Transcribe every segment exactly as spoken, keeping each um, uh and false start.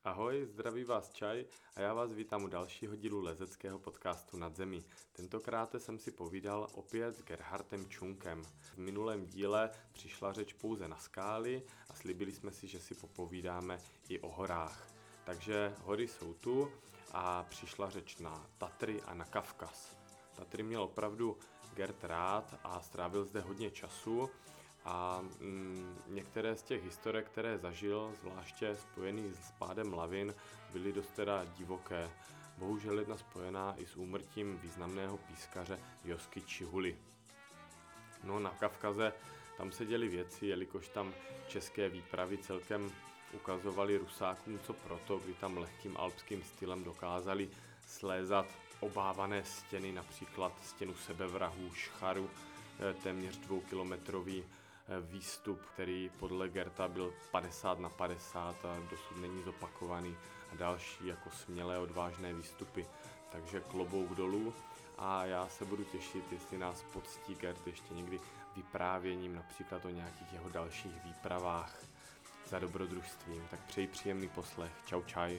Ahoj, zdraví vás Čaj a já vás vítám u dalšího dílu lezeckého podcastu Nad zemí. Tentokrát jsem si povídal opět s Gerhardem Čunkem. V minulém díle přišla řeč pouze na skály a slíbili jsme si, že si popovídáme i o horách. Takže hory jsou tu a přišla řeč na Tatry a na Kavkaz. Tatry měl opravdu Gert rád a strávil zde hodně času. A mm, některé z těch historek, které zažil, zvláště spojených s pádem lavin, byly dost teda divoké. Bohužel jedna spojená i s úmrtím významného pískaře Josky Čihuly. No na Kavkaze tam se děly věci, jelikož tam české výpravy celkem ukazovaly Rusákům co proto, kdy tam lehkým alpským stylem dokázali slézat obávané stěny, například stěnu sebevrahů Šcharu, téměř dvoukilometrový výstup, který podle Gerta byl padesát na padesát a dosud není zopakovaný, a další jako smělé odvážné výstupy. Takže klobouk dolů a já se budu těšit, jestli nás poctí Gert ještě někdy vyprávěním například o nějakých jeho dalších výpravách za dobrodružstvím. Tak přeji příjemný poslech. Čau čaj.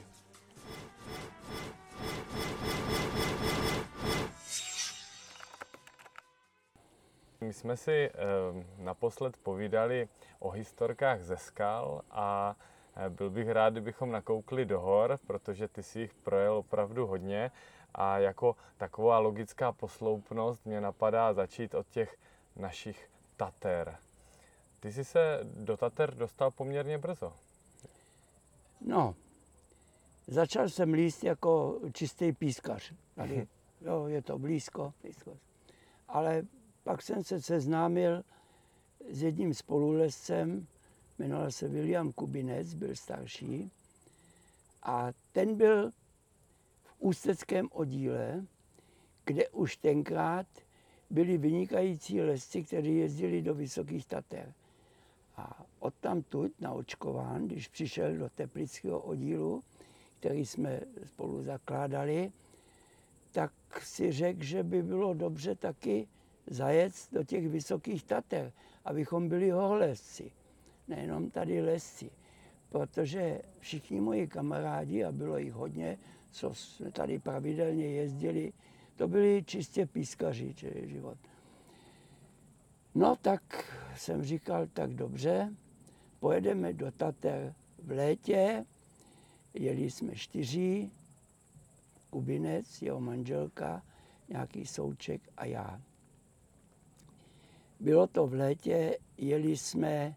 My jsme si e, naposled povídali o historkách ze skal a e, byl bych rád, kdybychom nakoukli do hor, protože ty si jich projel opravdu hodně a jako taková logická posloupnost mě napadá začít od těch našich Tater. Ty jsi se do Tater dostal poměrně brzo. No, začal jsem líst jako čistý pískař. Tady, jo, je to blízko, blízko. Ale pak jsem se seznámil s jedním spolulezcem, jmenoval se William Kubinec, byl starší. A ten byl v ústeckém oddíle, kde už tenkrát byli vynikající lezci, kteří jezdili do Vysokých Tater. A odtamtud naočkován, když přišel do teplického oddílu, který jsme spolu zakládali, tak si řekl, že by bylo dobře taky zajet do těch Vysokých Tater, abychom byli horolezci, nejenom tady lezci. Protože všichni moji kamarádi, a bylo jich hodně, co jsme tady pravidelně jezdili, to byli čistě pískaři, čili život. No tak jsem říkal, tak dobře, pojedeme do Tater v létě, jeli jsme čtyři, Kubinec, jeho manželka, nějaký souček a já. Bylo to v létě, jeli jsme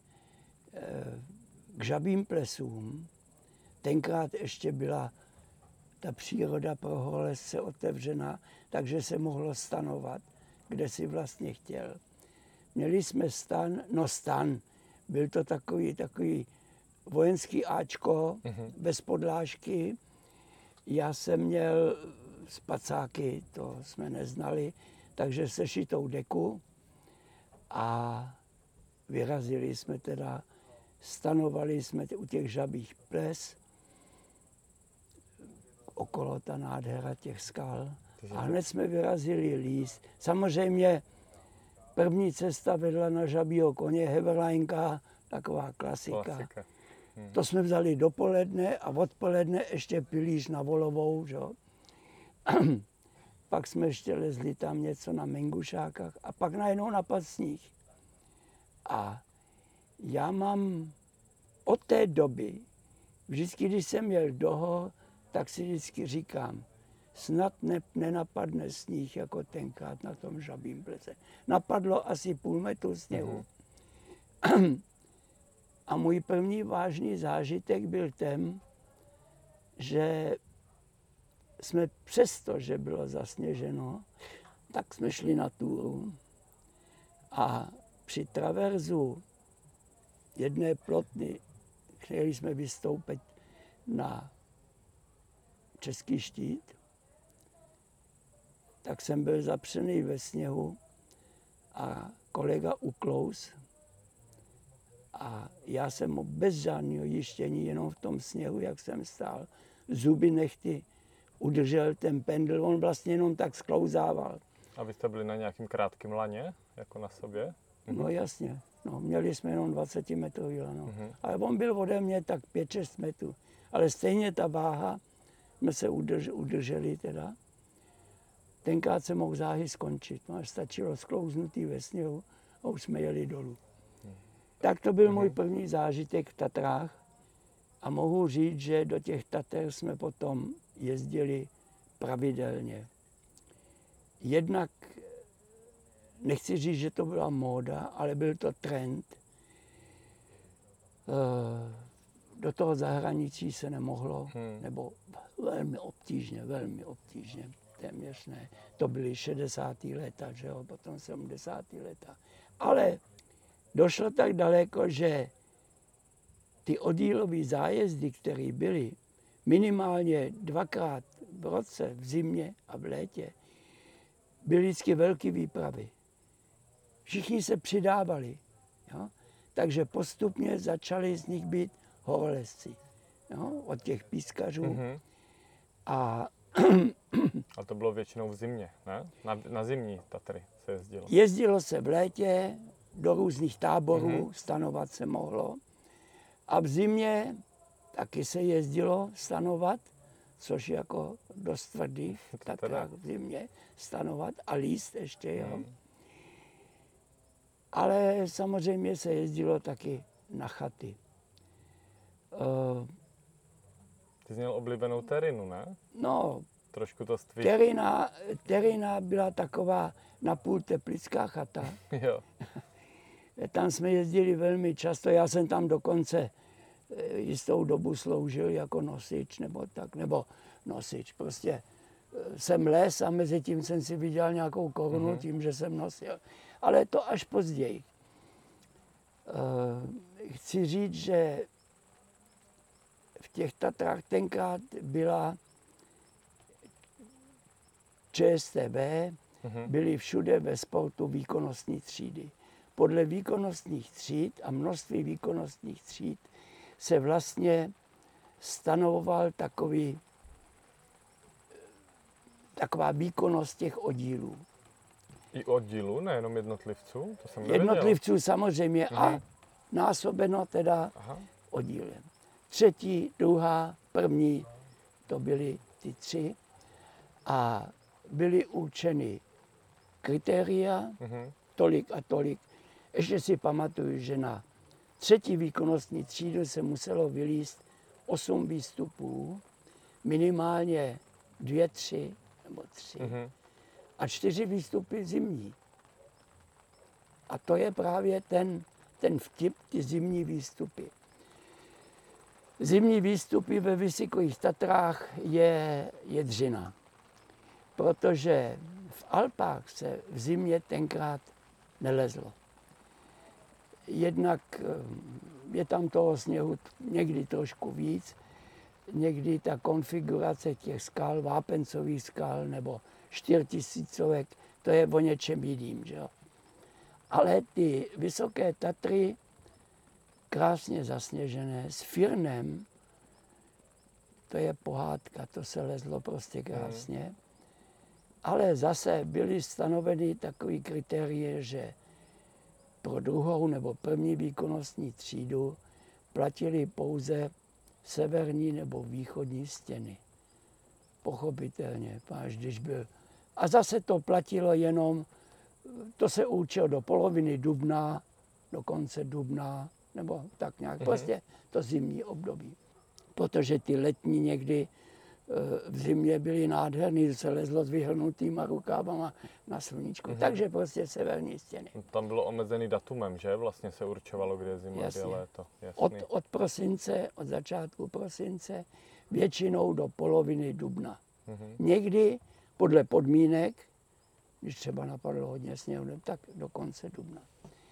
k Žabým plesům. Tenkrát ještě byla ta příroda pro horolezce otevřená, takže se mohlo stanovat, kde si vlastně chtěl. Měli jsme stan, no stan, byl to takový, takový vojenský áčko, mm-hmm. bez podlážky. Já jsem měl spacáky, to jsme neznali, takže sešitou deku a vyrazili jsme teda, stanovali jsme u těch Žabých ples, okolo ta nádhera těch skal a hned jsme vyrazili líst. Samozřejmě první cesta vedla na Žabího koně, Heverlajnka, taková klasika. klasika. Hmm. To jsme vzali dopoledne a odpoledne ještě pilíř na Volovou. Že? Pak jsme ještě lezli tam něco na Mengušákách a pak najednou napadl sníh. A já mám od té doby, vždycky, když jsem měl do hor, tak si vždycky říkám, snad ne, nenapadne sníh jako tenkrát na tom Žabím plese. Napadlo asi půl metru sněhu. Mm-hmm. A můj první vážný zážitek byl ten, že jsme přesto, že bylo zasněženo, tak jsme šli na túru a při traverzu jedné plotny chtěli jsme vystoupit na Český štít, tak jsem byl zapřený ve sněhu a kolega uklous a já jsem mu bez žádného jištění, jenom v tom sněhu, jak jsem stál, zuby nechty, udržel ten pendl, on vlastně jenom tak sklouzával. A vy jste byli na nějakým krátkém laně, jako na sobě? No jasně, no, měli jsme jenom dvacet metrový lano, mhm. ale on byl ode mě tak pět šest metrů. Ale stejně ta váha, jsme se udrž, udrželi teda. Tenkrát se mohl záhy skončit, no, až stačilo sklouznutý ve sněhu a už jsme jeli dolů. Tak to byl můj první zážitek v Tatrách a mohu říct, že do těch Tater jsme potom jezdili pravidelně. Jednak, nechci říct, že to byla móda, ale byl to trend. Do toho zahraničí se nemohlo, hmm. nebo velmi obtížně, velmi obtížně, téměř ne. To byly šedesátá léta, že jo, potom sedmdesátá léta. Ale došlo tak daleko, že ty oddílové zájezdy, které byly minimálně dvakrát v roce, v zimě a v létě, byly vždycky velké výpravy. Všichni se přidávali. Jo? Takže postupně začali z nich být horolezci. Jo? Od těch pískařů. Mm-hmm. A A to bylo většinou v zimě, ne? Na, na zimní Tatry se jezdilo. Jezdilo se v létě, do různých táborů, mm-hmm. stanovat se mohlo. A v zimě taky se jezdilo stanovat, což je jako dost tvrdý v Tatrách v zimě stanovat a líst ještě, jo. Mm. Ale samozřejmě se jezdilo taky na chaty. Uh, Ty jsi měl oblíbenou terinu, ne? No, trošku to ství. Terina, terina byla taková napůl teplická chata. Jo. Tam jsme jezdili velmi často, já jsem tam dokonce jistou dobu sloužil jako nosič, nebo tak, nebo nosič, prostě jsem les a mezi tím jsem si vydělal nějakou korunu mm-hmm. tím, že jsem nosil. Ale to až později. Chci říct, že v těch Tatrách tenkrát byla ČSTB, mm-hmm. byly všude ve sportu výkonnostní třídy. Podle výkonnostních tříd a množství výkonnostních tříd se vlastně stanovoval takový, taková výkonnost těch oddílů. I oddílů, nejenom jednotlivců? To jsem nevěděl. Jednotlivců samozřejmě mhm. a násobeno teda Aha. oddílem. Třetí, druhá, první, to byly ty tři a byly určeny kritéria, mhm. tolik a tolik. Ještě si pamatuju, že na třetí výkonnostní třídu se muselo vylíst osm výstupů, minimálně dvě, tři nebo tři mm-hmm. a čtyři výstupy zimní. A to je právě ten, ten vtip, ty zimní výstupy. Zimní výstupy ve Vysokých Tatrách je, je dřina, protože v Alpách se v zimě tenkrát nelezlo. Jednak je tam toho sněhu někdy trošku víc, někdy ta konfigurace těch skal, vápencových skal nebo čtyřtisícovek, to je o něčem jiným, že jo. Ale ty Vysoké Tatry, krásně zasněžené, s firnem, to je pohádka, to se lezlo prostě krásně. Mm. Ale zase byly stanoveny takové kritérie, že pro druhou nebo první výkonnostní třídu platily pouze severní nebo východní stěny. Pochopitelně, až když byl. A zase to platilo jenom, to se určilo do poloviny dubna, do konce dubna, nebo tak nějak, mm-hmm. prostě to zimní období. Protože ty letní někdy v zimě byly nádherný, se lezlo s vyhrnutýma rukávama na sluníčku. Mm-hmm. Takže prostě severní stěny. Tam bylo omezený datumem, že? Vlastně se určovalo, kde je zima, kde je léto. Od, od prosince, od začátku prosince, většinou do poloviny dubna. Mm-hmm. Někdy podle podmínek, když třeba napadlo hodně sněhu, tak do konce dubna.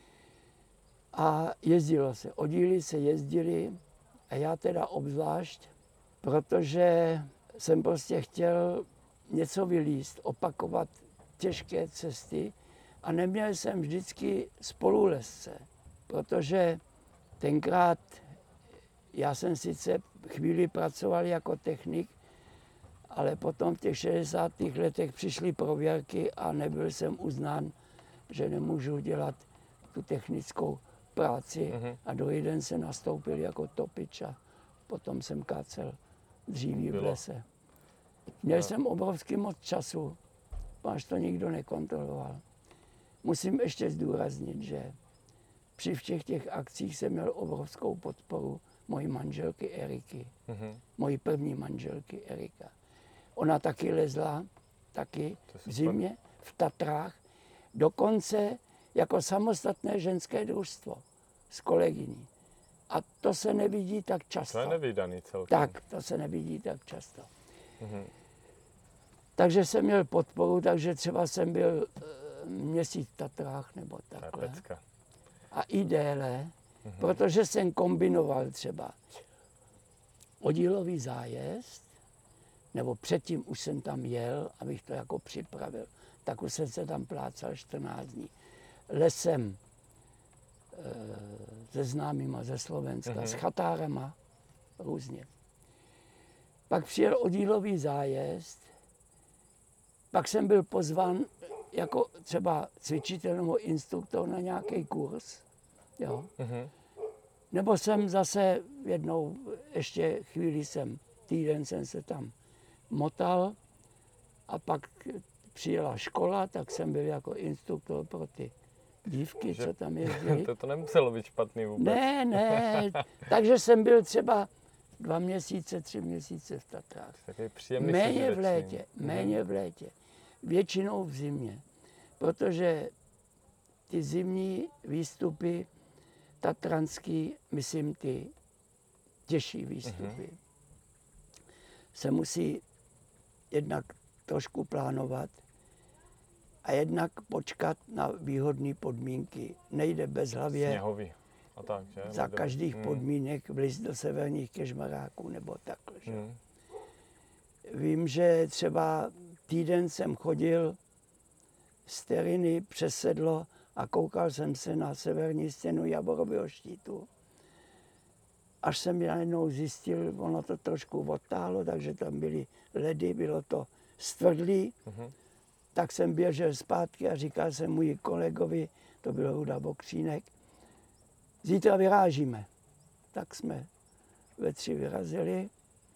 A jezdilo se, oddíly se jezdily a já teda obzvlášť, protože jsem prostě chtěl něco vylíst, opakovat těžké cesty a neměl jsem vždycky spolulezce, protože tenkrát já jsem sice chvíli pracoval jako technik, ale potom v těch šedesátých letech přišly prověrky a nebyl jsem uznán, že nemůžu dělat tu technickou práci mm-hmm. a druhý den se nastoupil jako topič a potom jsem kácel dříví v Bylo. lese. Měl No. jsem obrovský moc času, až to nikdo nekontroloval. Musím ještě zdůraznit, že při všech těch akcích jsem měl obrovskou podporu mojí manželky Eriky. Mhm. Mojí první manželky Erika. Ona taky lezla, taky To je v super. zimě, v Tatrách, dokonce jako samostatné ženské družstvo s kolegyní. A to se nevidí tak často. To je nevídaný celkem. Tak, to se nevidí tak často. Mhm. Takže jsem měl podporu, takže třeba jsem byl e, měsíc v Tatrách nebo To je takhle. pecka. A i déle, Mhm. protože jsem kombinoval třeba oddílový zájezd, nebo předtím už jsem tam jel, abych to jako připravil, tak už jsem se tam plácal čtrnáct dní. Lesem e, se známýma ze Slovenska, Mhm. s chatárema, různě. Pak přijel oddílový zájezd, pak jsem byl pozván jako třeba cvičitel nebo instruktor na nějaký kurz. Jo. Mhm. Nebo jsem zase jednou, ještě chvíli jsem, týden jsem se tam motal a pak přijela škola, tak jsem byl jako instruktor pro ty dívky, Že- co tam jezdili. To, to nemuselo být špatný vůbec. Ne, ne, takže jsem byl třeba dva měsíce, tři měsíce v Tatrách. Takový příjemný Méně v sebevědomí. létě, méně v létě, většinou v zimě, protože ty zimní výstupy tatranský, myslím ty těžší výstupy, se musí jednak trošku plánovat a jednak počkat na výhodné podmínky. Nejde bezhlavě Sněhový. A tak, že? za Lidové. každých Mm. podmínek vlist do severních kežmaráků nebo takhle. Že? Mm. Vím, že třeba týden jsem chodil z Teriny přes sedlo a koukal jsem se na severní stěnu Javorového štítu. Až jsem najednou zjistil, ono to trošku odtáhlo, takže tam byly ledy, bylo to stvrdlý. Mhm. Tak jsem běžel zpátky a říkal jsem můj kolegovi, to byl Ruda Bokřínek, zítra vyrážíme. Tak jsme ve tři vyrazili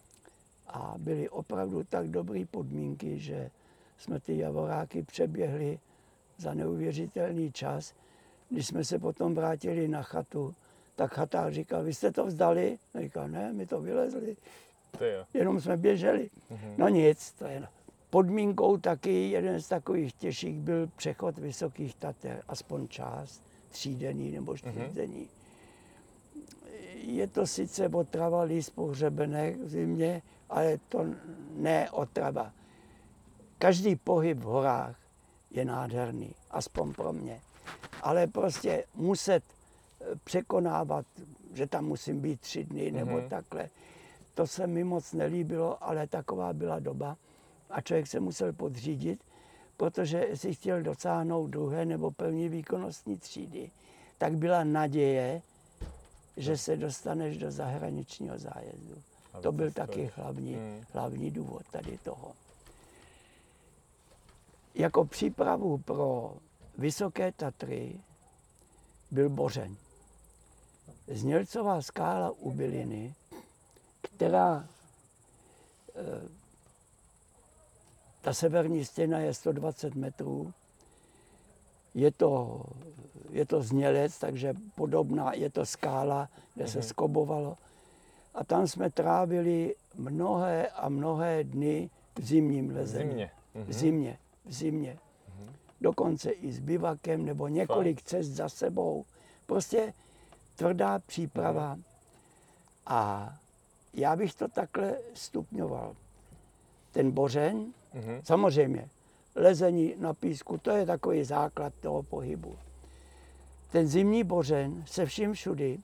a byly opravdu tak dobré podmínky, že jsme ty javoráky přeběhli za neuvěřitelný čas. Když jsme se potom vrátili na chatu, tak chatář říkal, vy jste to vzdali? A říkal, ne, my to vylezli, Ty jo. jenom jsme běželi. Mhm. No nic, to je podmínkou taky, jeden z takových těžších byl přechod Vysokých Tater, aspoň část, třídenní nebo čtyřdenní. Je to sice otrava líst po hřebenech v zimě, ale to ne otrava. Každý pohyb v horách je nádherný, aspoň pro mě. Ale prostě muset překonávat, že tam musím být tři dny nebo Mhm. takhle, to se mi moc nelíbilo, ale taková byla doba a člověk se musel podřídit, protože si chtěl dosáhnout druhé nebo první výkonnostní třídy, tak byla naděje, že se dostaneš do zahraničního zájezdu. A To byl vycestuješ. taky hlavní, Mm. hlavní důvod tady toho. Jako přípravu pro Vysoké Tatry byl Bořeň. Znělcová skála u Byliny, která, e, ta severní stěna je sto dvacet metrů, je to, je to znělec, takže podobná, je to skála, kde se Mhm. skobovalo. A tam jsme trávili mnohé a mnohé dny v zimním V lezení. zimě. Mhm. V zimě, v zimě. Dokonce i s bivakem nebo několik cest za sebou. Prostě tvrdá příprava. A já bych to takhle stupňoval. Ten Bořeň, Mhm. samozřejmě, lezení na písku, to je takový základ toho pohybu. Ten zimní Bořeň se vším všudy,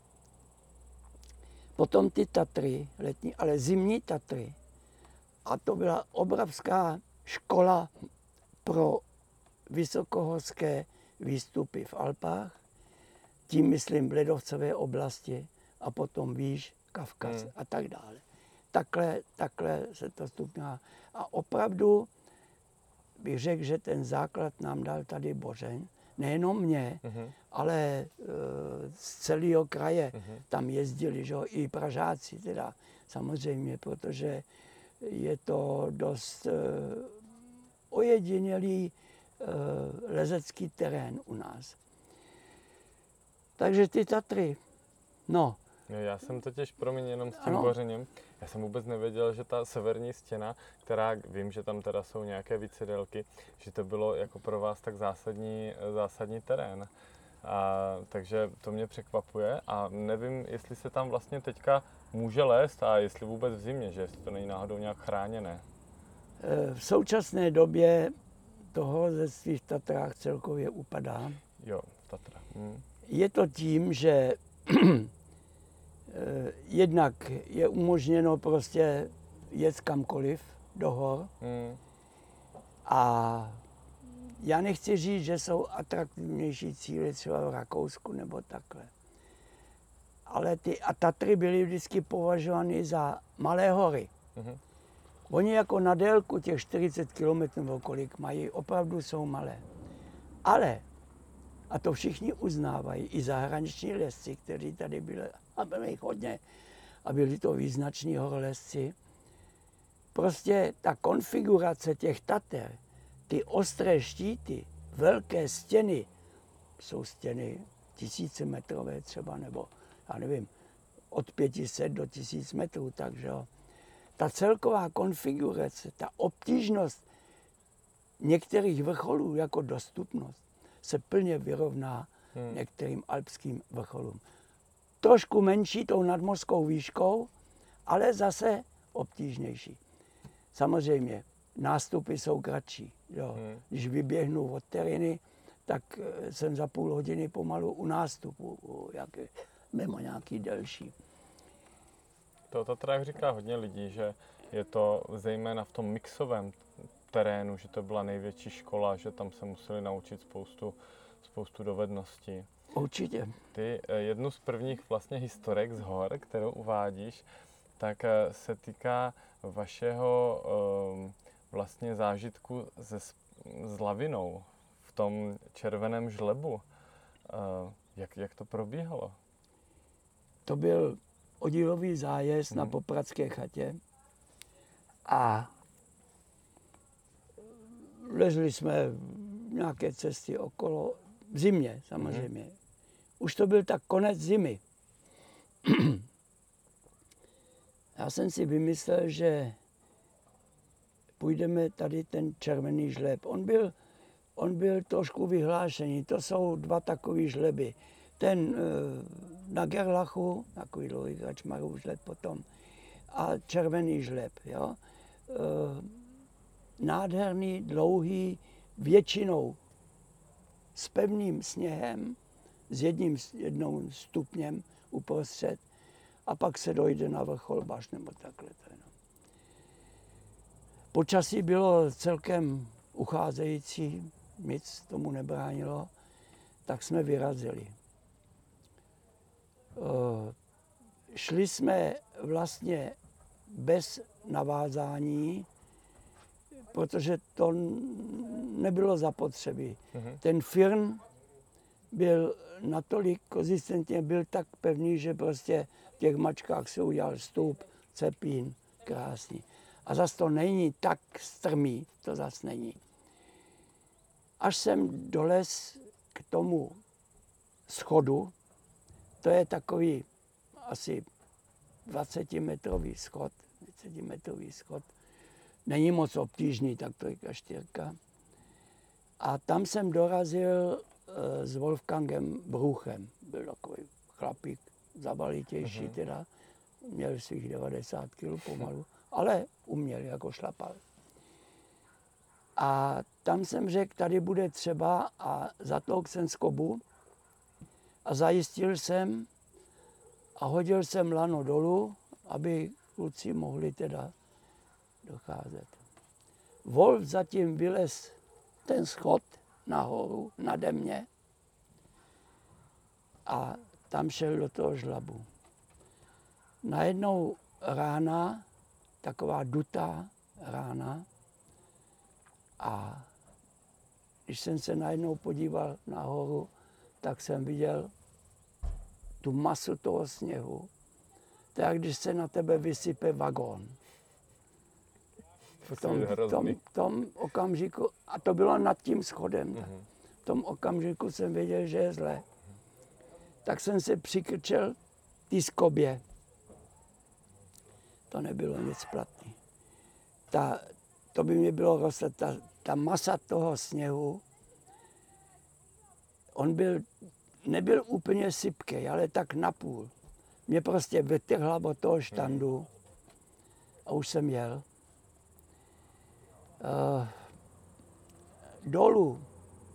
potom ty Tatry letní, ale zimní Tatry. A to byla obrovská škola pro vysokohorské výstupy v Alpách, tím myslím v ledovcové oblasti a potom výš Kavkaz Hmm. a tak dále. Takhle, takhle se to stupňuje. A opravdu bych řekl, že ten základ nám dal tady Bořeň, nejenom mě, Mhm. ale e, z celého kraje Mhm. tam jezdili, že jo, i Pražáci teda samozřejmě, protože je to dost e, ojedinělý e, lezecký terén u nás. Takže ty Tatry, no. Jo, já jsem totiž, promiň, jenom s tím Ano. Bořeněm, já jsem vůbec nevěděl, že ta severní stěna, která, vím, že tam teda jsou nějaké vícidelky, že to bylo jako pro vás tak zásadní, zásadní terén. A, takže to mě překvapuje a nevím, jestli se tam vlastně teďka může lézt a jestli vůbec v zimě, že jestli to není náhodou nějak chráněné. E, v současné době toho lezectví v Tatrách celkově upadá. Jo, Tatra. Hm. Je to tím, že jednak je umožněno prostě jet kamkoliv do hor Hm. a já nechci říct, že jsou atraktivnější cíle třeba v Rakousku nebo takhle. Ale ty a Tatry byly vždycky považovány za malé hory. Mhm. Oni jako na délku těch čtyřicet kilometrů nebo kolik mají, opravdu jsou malé. Ale, a to všichni uznávají, i zahraniční lesci, kteří tady byli, a byli jich hodně, a byli to význační horolezci, prostě ta konfigurace těch Tater, ty ostré štíty, velké stěny, jsou stěny tisícimetrové třeba, nebo já nevím, od pěti set do tisíc metrů, takže jo. Ta celková konfigurace, ta obtížnost některých vrcholů jako dostupnost se plně vyrovná Hmm. některým alpským vrcholům. Trošku menší tou nadmořskou výškou, ale zase obtížnější. Samozřejmě nástupy jsou kratší. Jo. Hmm. Když vyběhnu od Teriny, tak jsem za půl hodiny pomalu u nástupu, jak, mimo nějaký delší. To Tatrách říká hodně lidí, že je to zejména v tom mixovém terénu, že to byla největší škola, že tam se museli naučit spoustu, spoustu dovedností. Určitě. Ty jednu z prvních vlastně historek z hor, kterou uvádíš, tak se týká vašeho um, vlastně zážitku se, s lavinou v tom červeném žlebu. Uh, jak, jak to probíhalo? To byl oddílový zájezd hmm. na Popradské chatě a lezli jsme nějaké cesty okolo, v zimě samozřejmě. Hmm. Už to byl tak konec zimy. Já jsem si vymyslel, že půjdeme tady ten červený žleb. On byl, on byl trošku vyhlášený. To jsou dva takový žleby. Ten e, na Gerlachu, takový dlouhý Kačmarův žleb potom, a červený žleb. Jo? E, nádherný, dlouhý, většinou s pevným sněhem, s jedním jednou stupněm uprostřed, a pak se dojde na vrchol Baš nebo takhle. Počasí bylo celkem ucházející, nic tomu nebránilo, tak jsme vyrazili. Šli jsme vlastně bez navázání, protože to nebylo zapotřebí. Mm-hmm. Ten firn byl natolik konzistentně, byl tak pevný, že prostě v těch mačkách se udělal stůp, cepín, krásný. A zase to není tak strmý, to zase není. Až jsem dolez k tomu schodu, to je takový asi dvacetimetrový schod, dvacetimetrový schod, není moc obtížný, tak to je kaštěrka. A tam jsem dorazil e, s Wolfgangem Bruchem, byl takový chlapík, zabalitější mm-hmm. teda, měl svých devadesát kilogramů pomalu, ale uměl, jako šlapal. A tam jsem řekl, tady bude třeba, a zatlouk jsem skobu a zajistil jsem a hodil jsem lano dolů, aby kluci mohli teda docházet. Wolf zatím vylez ten schod nahoru, nade mě, a tam šel do toho žlabu. Najednou rána, taková dutá rána, a když jsem se najednou podíval nahoru, tak jsem viděl tu masu toho sněhu. To je, jak když se na tebe vysype vagón. V tom, v tom, v tom okamžiku, a to bylo nad tím schodem, mm-hmm. v tom okamžiku jsem věděl, že je zle. Tak jsem se přikrčel té skobě. To nebylo nic platný. Ta, to by mě bylo roste, ta, ta masa toho sněhu, on byl, nebyl úplně sypký, ale tak napůl. Mě prostě vytrhla od toho štandu a už jsem jel. Uh, dolů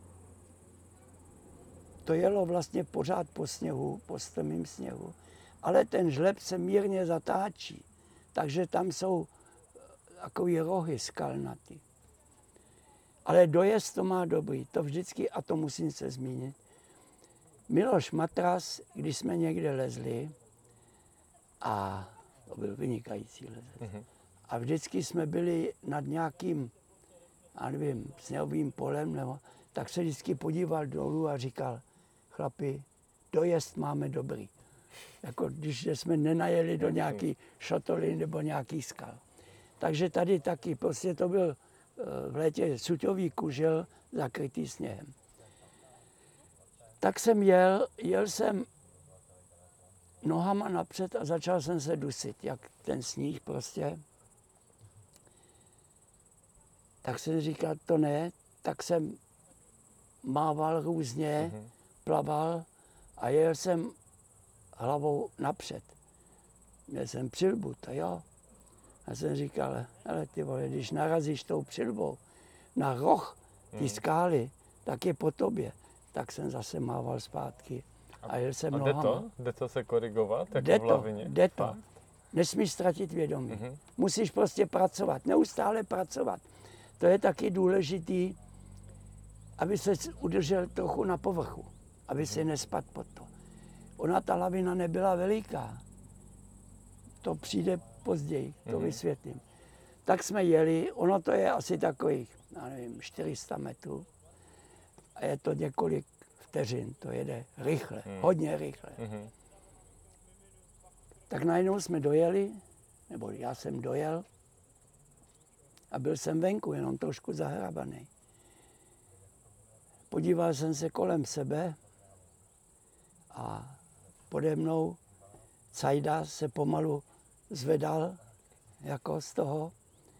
to jelo vlastně pořád po sněhu, po strmým sněhu, ale ten žleb se mírně zatáčí, takže tam jsou takový rohy skalnatý. Ale dojezd to má dobrý, to vždycky, a to musím se zmínit. Miloš Matras, když jsme někde lezli, a to byl vynikající lezec, mm-hmm. a vždycky jsme byli nad nějakým, já nevím, sněhovým polem, nebo, tak se vždycky podíval dolů a říkal, chlapi, dojezd máme dobrý. Jako když jsme nenajeli do nějaký šotoly nebo nějaký skal. Takže tady taky, prostě to byl v létě suťový kužel zakrytý sněhem. Tak jsem jel, jel jsem nohama napřed a začal jsem se dusit, jak ten sníh prostě. Tak jsem říkal, to ne, tak jsem mával různě, mm-hmm. plaval a jel jsem hlavou napřed. Měl jsem přilbu, to jo. A jsem říkal, hele ty vole, když narazíš tou přilbou na roh té skály, tak je po tobě. Tak jsem zase mával zpátky a jel jsem a nohama. Jde to? Jde to se korigovat, jako jde v lavině? Jde to, jde to. Nesmíš ztratit vědomí. Mm-hmm. Musíš prostě pracovat, neustále pracovat. To je taky důležitý, aby se udržel trochu na povrchu, aby mm-hmm. si nespadl pod to. Ona, ta lavina nebyla veliká. To přijde později, to mm-hmm. vysvětlím. Tak jsme jeli, ono to je asi takových, já nevím, čtyři sta metrů. A je to několik vteřin, to jede rychle, mm. hodně rychle. Mm-hmm. Tak najednou jsme dojeli, nebo já jsem dojel a byl jsem venku, jenom trošku zahrabaný. Podíval jsem se kolem sebe a pode mnou Cajda se pomalu zvedal jako z toho.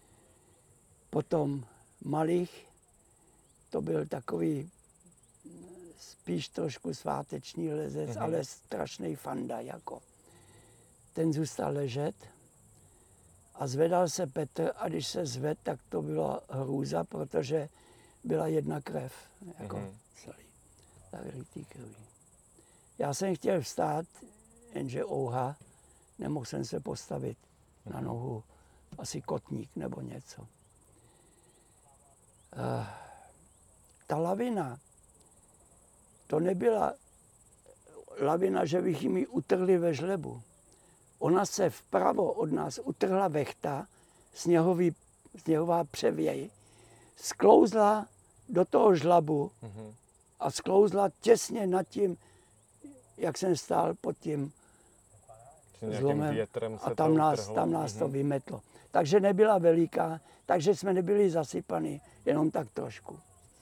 Potom Malich, to byl takový spíš trošku sváteční lezec, mm-hmm. ale strašný fanda jako. Ten zůstal ležet a zvedal se Petr a když se zved, tak to byla hrůza, protože byla jedna krev, jako mm-hmm. celý, zarytý krví. Já jsem chtěl vstát, jenže ouha, nemohl jsem se postavit mm-hmm. na nohu, asi kotník nebo něco. Uh, ta lavina, to nebyla lavina, že bychom ji utrhli ve žlebu. Ona se vpravo od nás utrhla vechta, sněhový, sněhová převěj, sklouzla do toho žlabu mm-hmm. a sklouzla těsně nad tím, jak jsem stál pod tím zlomem a tam nás, tam nás mm-hmm. to vymetlo. Takže nebyla veliká, takže jsme nebyli zasypaní, jenom tak trošku.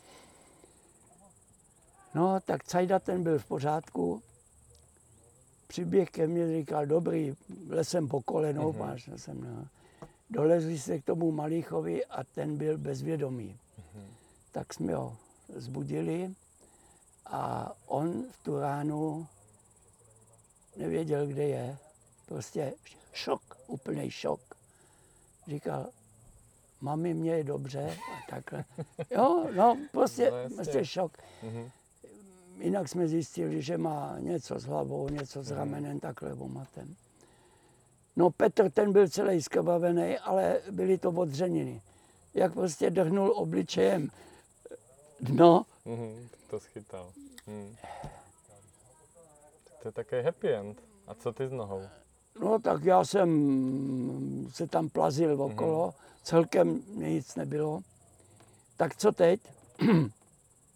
No, tak Cajda ten byl v pořádku. Přiběh ke mně, říkal, dobrý, lesem po kolenou, mm-hmm. máš, jsem, no. Dolezli se k tomu Malichovi a ten byl bezvědomý. Mm-hmm. Tak jsme ho zbudili a on v tu ránu nevěděl, kde je. Prostě šok, úplný šok. Říkal, mami, mě je dobře a takhle. Jo, no, prostě, no, prostě šok. Mm-hmm. Jinak jsme zjistili, že má něco s hlavou, něco s ramenem, takhle omatem. No Petr, ten byl celý zkrvavený, ale byly to odřeniny. Jak prostě drhnul obličejem dno. Mm-hmm, to schytal. Mm. To je také happy end. A co ty s nohou? No tak já jsem se tam plazil okolo, mm-hmm. celkem nic nebylo. Tak co teď?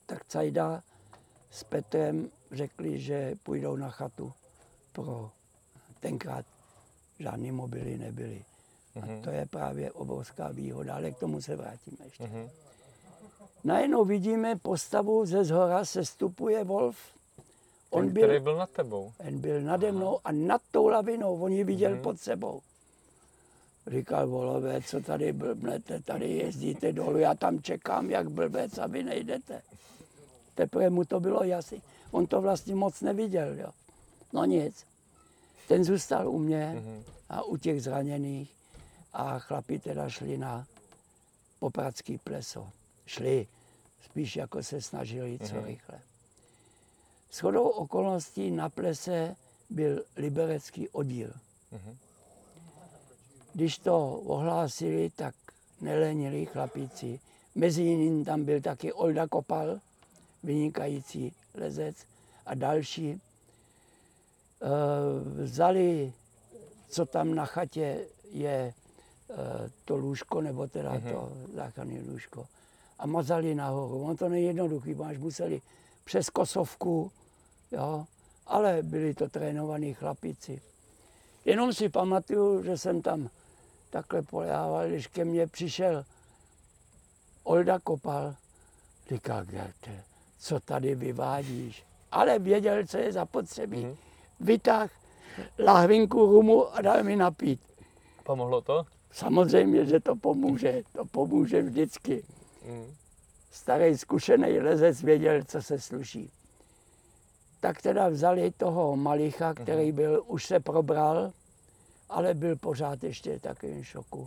tak Cajda s Petrem řekli, že půjdou na chatu. Pro tenkrát žádný mobily nebyly. Mm-hmm. A to je právě obrovská výhoda, ale k tomu se vrátíme ještě. Mm-hmm. Najednou vidíme postavu ze zhora, se stupuje Wolf. On byl, který byl nad tebou. On byl nade mnou a nad tou lavinou, on ji viděl mm-hmm. pod sebou. Říkal, volové, co tady blbnete, tady jezdíte dolů, já tam čekám jak blbec a vy nejdete. Teprve mu to bylo jasný. On to vlastně moc neviděl, jo. No nic. Ten zůstal u mě mm-hmm. a u těch zraněných a chlapi teda šli na Popradský pleso. Šli, spíš jako se snažili co mm-hmm. rychle. Shodou okolností na plese byl liberecký oddíl. Mm-hmm. Když to ohlásili, tak nelenili chlapíci. Mezi jiným tam byl taky Olda Kopal, vynikající lezec a další. E, vzali, co tam na chatě je e, to lůžko, nebo teda mm-hmm. to záchranné lůžko. A mazali nahoru. On to není jednoduchý, máš museli přes kosovku, jo, ale byli to trénovaní chlapíci. Jenom si pamatuju, že jsem tam takhle polehával, když ke mně přišel Olda Kopal, říkal, co tady vyvádíš? Ale věděl, co je zapotřebí. Mm-hmm. Vytáhl lahvinku rumu a dal mi napít. Pomohlo to? Samozřejmě, že to pomůže. To pomůže vždycky. Mm. Starý zkušený lezec věděl, co se sluší. Tak teda vzali toho Malicha, který byl, už se probral, ale byl pořád ještě v takovém šoku.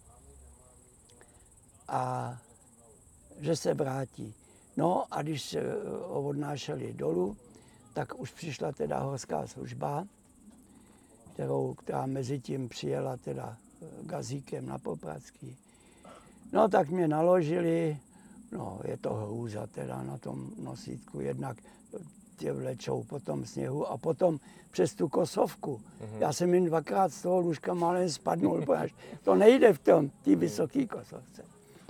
A že se vrátí. No a když se ho odnášeli dolů, tak už přišla teda horská služba, kterou, která mezi tím přijela teda gazíkem na Popradský. No tak mě naložili, no je to hrůza teda na tom nosítku, jednak tě vlečou po tom sněhu a potom přes tu kosovku. Mm-hmm. Já jsem jim dvakrát z toho lůžka málem spadnul, protože to nejde v tom, té vysoké kosovce.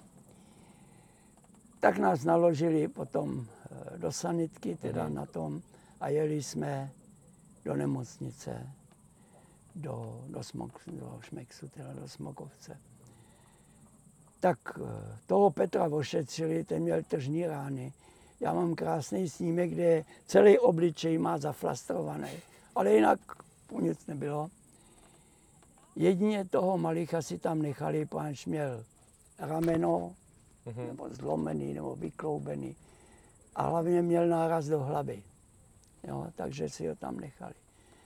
Tak nás naložili potom do sanitky, teda mm-hmm. na tom, a jeli jsme do nemocnice, do, do, smok, do Šmeksu, teda do Smokovce. Tak toho Petra ošetřili, ten měl tržní rány. Já mám krásný snímek, kde celý obličej má zaflastrovaný, ale jinak nic nebylo. Jedině toho Malicha si tam nechali, páč měl rameno, mm-hmm. nebo zlomený, nebo vykloubený. A hlavně měl náraz do hlavy. Jo, takže si ho tam nechali.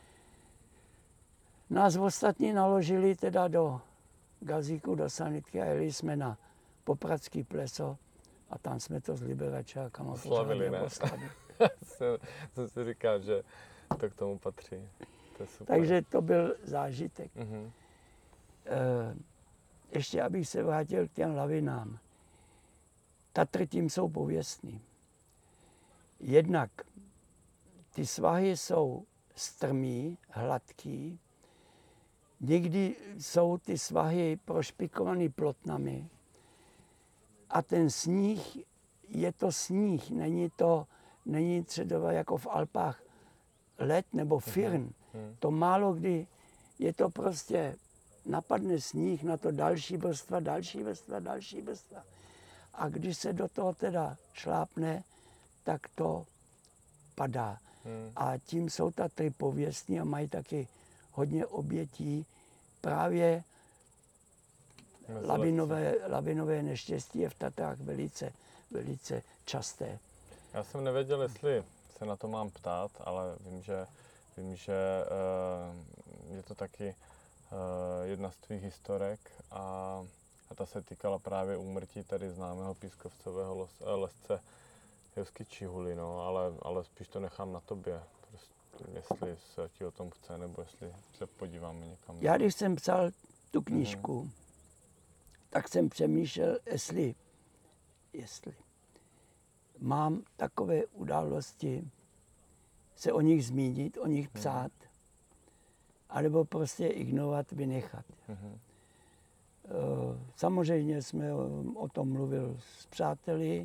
Nás ostatní naložili teda do gazíku, do sanitky a jeli jsme na Popradský pleso a tam jsme to s liberačákama slavili, ne? Jsem si říkal, že to k tomu patří. To je super. Takže to byl zážitek. Mm-hmm. E, ještě abych se vrátil k těm lavinám. Tatry tím jsou pověstný. Jednak ty svahy jsou strmý, hladký, někdy jsou ty svahy prošpikovaný plotnami a ten sníh, je to sníh, není to, není třeba jako v Alpách led nebo firn. To málo kdy, je to prostě, napadne sníh, na to další vrstva, další vrstva, další vrstva. A když se do toho teda šlápne, tak to padá. Hmm. A tím jsou Tatry pověstní a mají taky hodně obětí. Právě lavinové, lavinové neštěstí je v Tatrách velice, velice časté. Já jsem nevěděl, jestli se na to mám ptát, ale vím, že, vím, že uh, je to taky uh, jedna z tvých historek a, a ta se týkala právě úmrtí tady známého pískovcového les, lesce Jevsky Čihuly, no, ale, ale spíš to nechám na tobě, prostě, jestli se ti o tom chce, nebo jestli se podíváme někam. Já když jsem psal tu knížku, mm. tak jsem přemýšlel, jestli, jestli mám takové události, se o nich zmínit, o nich psát, mm. anebo prostě ignorovat, vynechat. Mm. Samozřejmě jsme o tom mluvil s přáteli,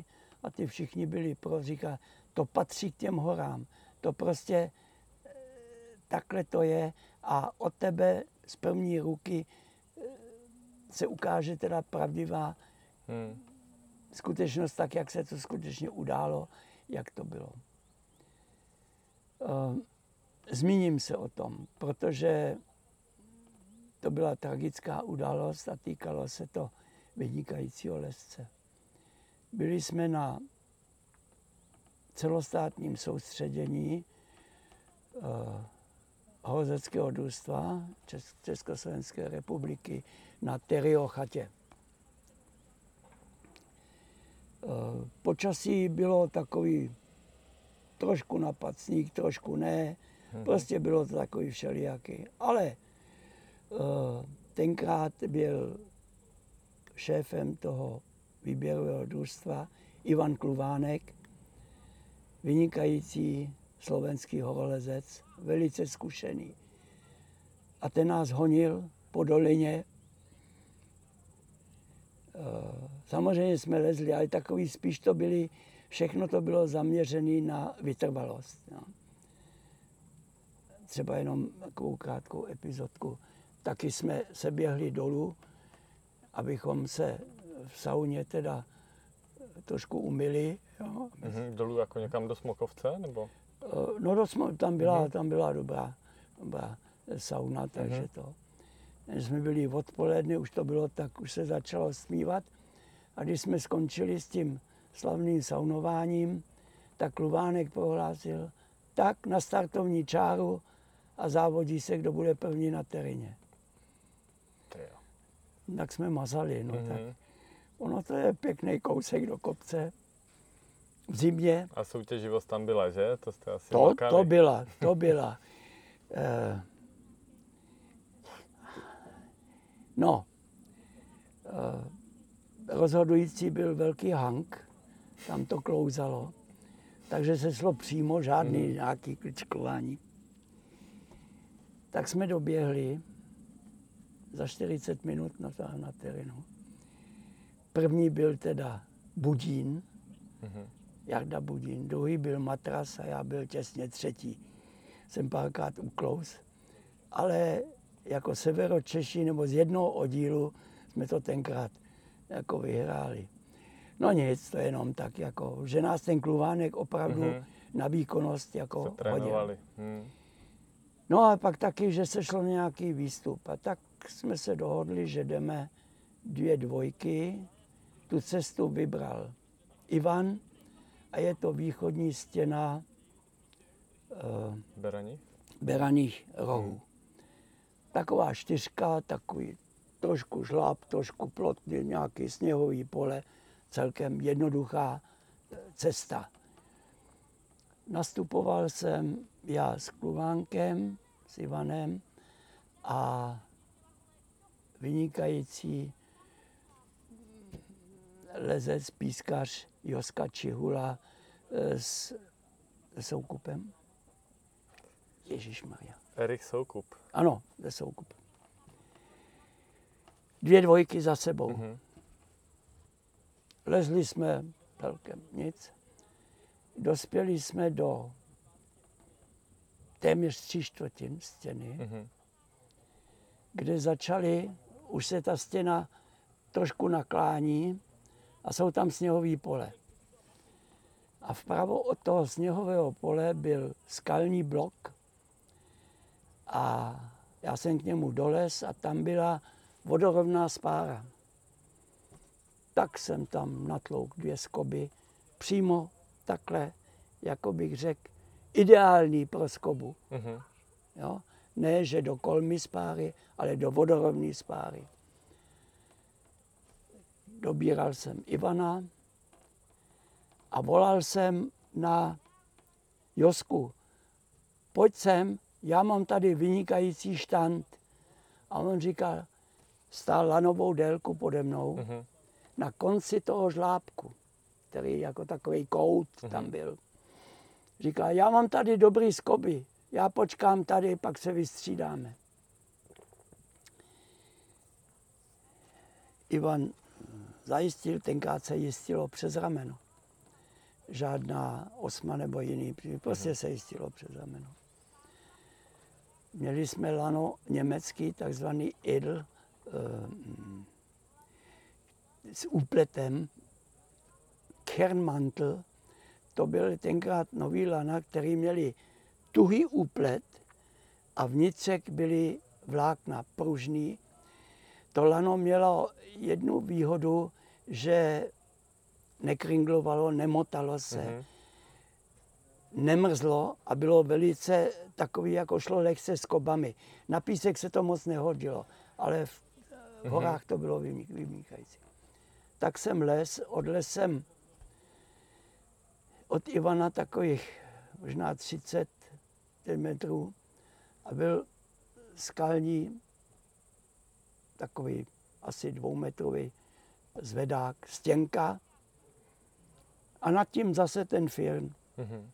a ty všichni byli pro, říká, to patří k těm horám, to prostě takhle to je a od tebe z první ruky se ukáže teda pravdivá hmm. skutečnost tak, jak se to skutečně událo, jak to bylo. Zmíním se o tom, protože to byla tragická událost a týkalo se to vynikajícího lezce. Byli jsme na celostátním soustředění uh, horolezeckého družstva Česk- Československé republiky na Teriochatě. Uh, počasí bylo takový trošku napad sníh, trošku ne, hmm. prostě bylo to takový všelijaký. Ale uh, tenkrát byl šéfem toho výběrového družstva Ivan Kluvánek, vynikající slovenský horolezec, velice zkušený. A ten nás honil po dolině. Samozřejmě jsme lezli, ale takový spíš to byli, všechno to bylo zaměřené na vytrvalost. No. Třeba jenom takovou krátkou epizodku. Taky jsme se běhli dolů, abychom se v sauně teda trošku umyli. Jo. Mm-hmm, dolů jako někam do Smokovce, nebo? No do Smo- tam byla, mm-hmm. tam byla dobrá, dobrá sauna, takže mm-hmm. to. Když jsme byli odpoledne, už to bylo tak, už se začalo smívat. A když jsme skončili s tím slavným saunováním, tak Kluvánek prohlásil, tak na startovní čáru a závodí se, kdo bude první na teréně. Tak jsme mazali, no mm-hmm. tak. Ono to je pěkný kousek do kopce. V zimě. A soutěživost tam byla, že? To jste asi To, to byla, to byla. eh, no, eh, rozhodující byl velký hang, tam to klouzalo, takže se šlo přímo, žádný mm-hmm. nějaký kličkování. Tak jsme doběhli za čtyřicet minut na, na terénu. První byl teda Budín, mm-hmm. Jarda Budín, druhý byl Matras a já byl těsně třetí. Jsem párkrát uklouz, ale jako Severočeši nebo z jednoho oddílu jsme to tenkrát jako vyhráli. No nic, to jenom tak, jako, že nás ten Kluvánek opravdu mm-hmm. na výkonnost jako hodil. Mm. No a pak taky, že se šlo nějaký výstup a tak jsme se dohodli, že jdeme dvě dvojky. Tu cestu vybral Ivan a je to východní stěna uh, Beraních? Beraných rohů. Hmm. Taková čtyřka, takový trošku žláb, trošku plotný, nějaký sněhový pole, celkem jednoduchá cesta. Nastupoval jsem já s Kluvánkem, s Ivanem a vynikající lezec, pískař Joska Čihula s Soukupem. Ježišmarja. Erich Soukup. Ano, se Soukupem. Dvě dvojky za sebou. Mm-hmm. Lezli jsme celkem nic. Dospěli jsme do téměř tři čtvrtin stěny, mm-hmm. kde začaly, už se ta stěna trošku naklání a jsou tam sněhové pole. A vpravo od toho sněhového pole byl skalní blok a já jsem k němu dolez a tam byla vodorovná spára. Tak jsem tam natlouk dvě skoby, přímo takhle, jako bych řekl, ideální pro skobu. Mm-hmm. Jo? Ne, že do kolmy spáry, ale do vodorovné spáry. Dobíral jsem Ivana a volal jsem na Josku. Pojď sem, já mám tady vynikající štand. A on říkal, stál lanovou délku pode mnou, mm-hmm. na konci toho žlábku, který jako takový kout mm-hmm. tam byl. Říkal, já mám tady dobrý skoby, já počkám tady, pak se vystřídáme. Ivan zajistil, tenkrát se jistilo přes rameno. žádná osma nebo jiný, prostě mm-hmm. se jistilo přes rameno. Měli jsme lano německý, takzvaný Edl, e, s úpletem, Kernmantel. To byl tenkrát nový lana, který měli tuhý úplet a vnitřek byly vlákna pružný. To lano mělo jednu výhodu, že nekringlovalo, nemotalo se, mm-hmm. nemrzlo a bylo velice takový, jako šlo lehce s kobami. Na písek se to moc nehodilo, ale v horách to bylo vymíchající. Tak jsem les, odlez jsem od Ivana takových možná třicet metrů a byl skalní, takový asi dvoumetrový zvedák, stěnka a nad tím zase ten firn. Mm-hmm.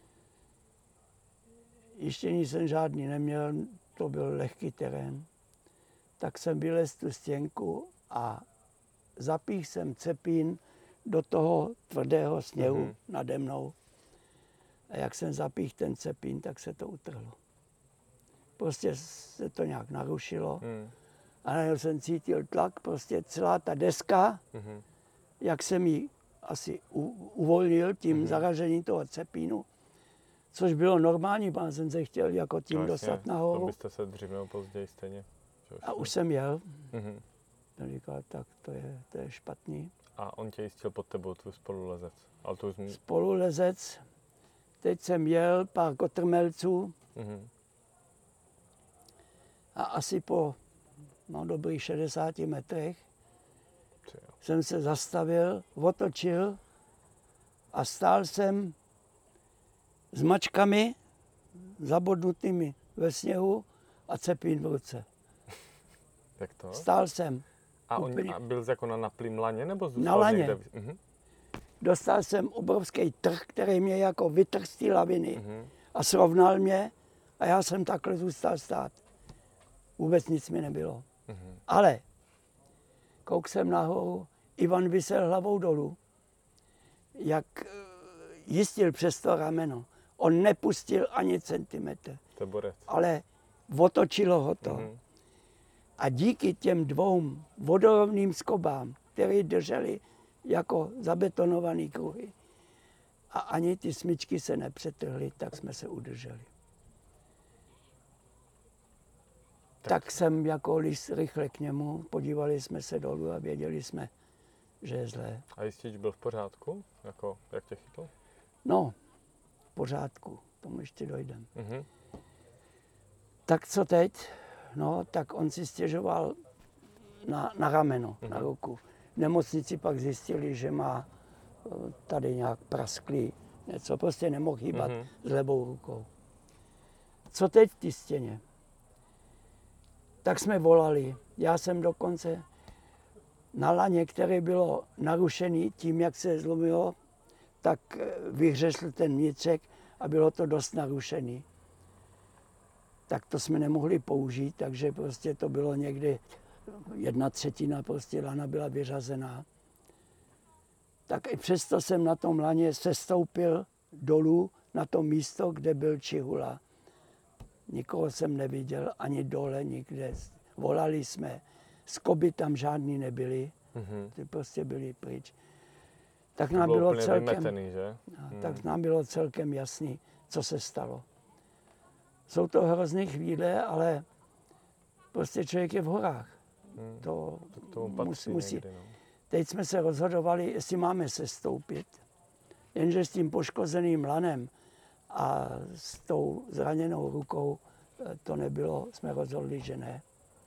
Jištění jsem žádný neměl, to byl lehký terén. Tak jsem vylez tu stěnku a zapích jsem cepín do toho tvrdého sněhu mm-hmm. nade mnou. A jak jsem zapích ten cepín, tak se to utrhlo. Prostě se to nějak narušilo. Mm. A najednou jsem cítil tlak, prostě celá ta deska, mm-hmm. jak jsem ji asi u, uvolnil tím mm-hmm. zaražením toho cepínu, což bylo normální, pán jsem se chtěl jako tím vlastně, dostat nahoru. To byste se dřív nebo později stejně. A už jsem jel. Mm-hmm. Ten říkal, tak to je, to je špatný. A on tě jistil pod tebou, tvůj spolulezec. Ale to už... Spolulezec. Teď jsem jel pár kotrmelců. Mm-hmm. A asi po no, dobrých šedesáti metrech jsem se zastavil, otočil a stál jsem s mačkami zabodnutými ve sněhu a cepín v ruce. Jak to? Stál jsem. A on a byl jako na naplým laně, nebo zůstal na laně. někde? Mhm. Dostal jsem obrovský trh, který mě jako vytrhl z té laviny mhm. a srovnal mě a já jsem takhle zůstal stát. Vůbec nic mi nebylo. Mhm. Ale kouk jsem nahoru, Ivan visel hlavou dolů, jak jistil přes to rameno. On nepustil ani centimetr, ale otočilo ho to. Mm-hmm. A díky těm dvou vodorovným skobám, které držely jako zabetonované kruhy, a ani ty smyčky se nepřetrhly, tak jsme se udrželi. Tak, tak jsem jako lis rychle k němu, podívali jsme se dolů a věděli jsme, že je zlé. A jistič byl v pořádku? Jako, jak tě chytl? No, v pořádku, tomu ještě dojdem. Mm-hmm. Tak co teď? No, tak on si stěžoval na, na rameno, mm-hmm. na ruku. V nemocnici pak zjistili, že má tady nějak prasklý něco, prostě nemohl hýbat mm-hmm. s levou rukou. Co teď v té stěně? Tak jsme volali. Já jsem dokonce na laně, které bylo narušené tím, jak se zlomilo, tak vyhřešl ten vnitřek a bylo to dost narušený. Tak to jsme nemohli použít, takže prostě to bylo někdy jedna třetina, prostě lana byla vyřazená. Tak i přesto jsem na tom laně sestoupil dolů na to místo, kde byl Čihula. Nikoho jsem neviděl, ani dole, nikde. Volali jsme, skoby tam žádný nebyly, mm-hmm. ty prostě byly pryč. Tak nám bylo, bylo celkem, vymetený, že? Hmm. Tak nám bylo celkem jasný, co se stalo. Jsou to hrozné chvíle, ale prostě člověk je v horách. Hmm. To, to musí, musí. Někdy, no. Teď jsme se rozhodovali, jestli máme sestoupit, jenže s tím poškozeným lanem a s tou zraněnou rukou to nebylo, jsme rozhodli, že ne.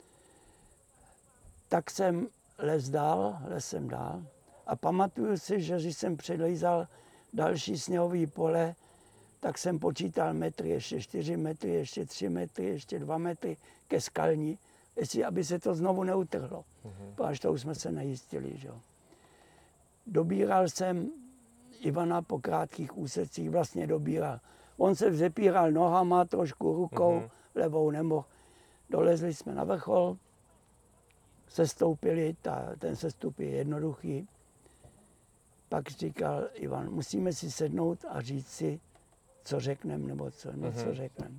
Tak jsem les dál, les jsem dál a pamatuju si, že když jsem předlízal další sněhový pole, tak jsem počítal metry, ještě čtyři metry, ještě tři metry, ještě dva metry ke skalní, jestli, aby se to znovu neutrhlo. Mm-hmm. Až to už jsme se nejistili, že jo. Dobíral jsem Ivana po krátkých úsecích, vlastně dobíral. On se vzepíral nohama, trošku rukou, mm-hmm. levou nemohl. Dolezli jsme na vrchol, sestoupili, ta, ten sestup je jednoduchý. pak říkal Ivan, musíme si sednout a říct si, co řekneme, nebo co, no, Mhm. co řekneme.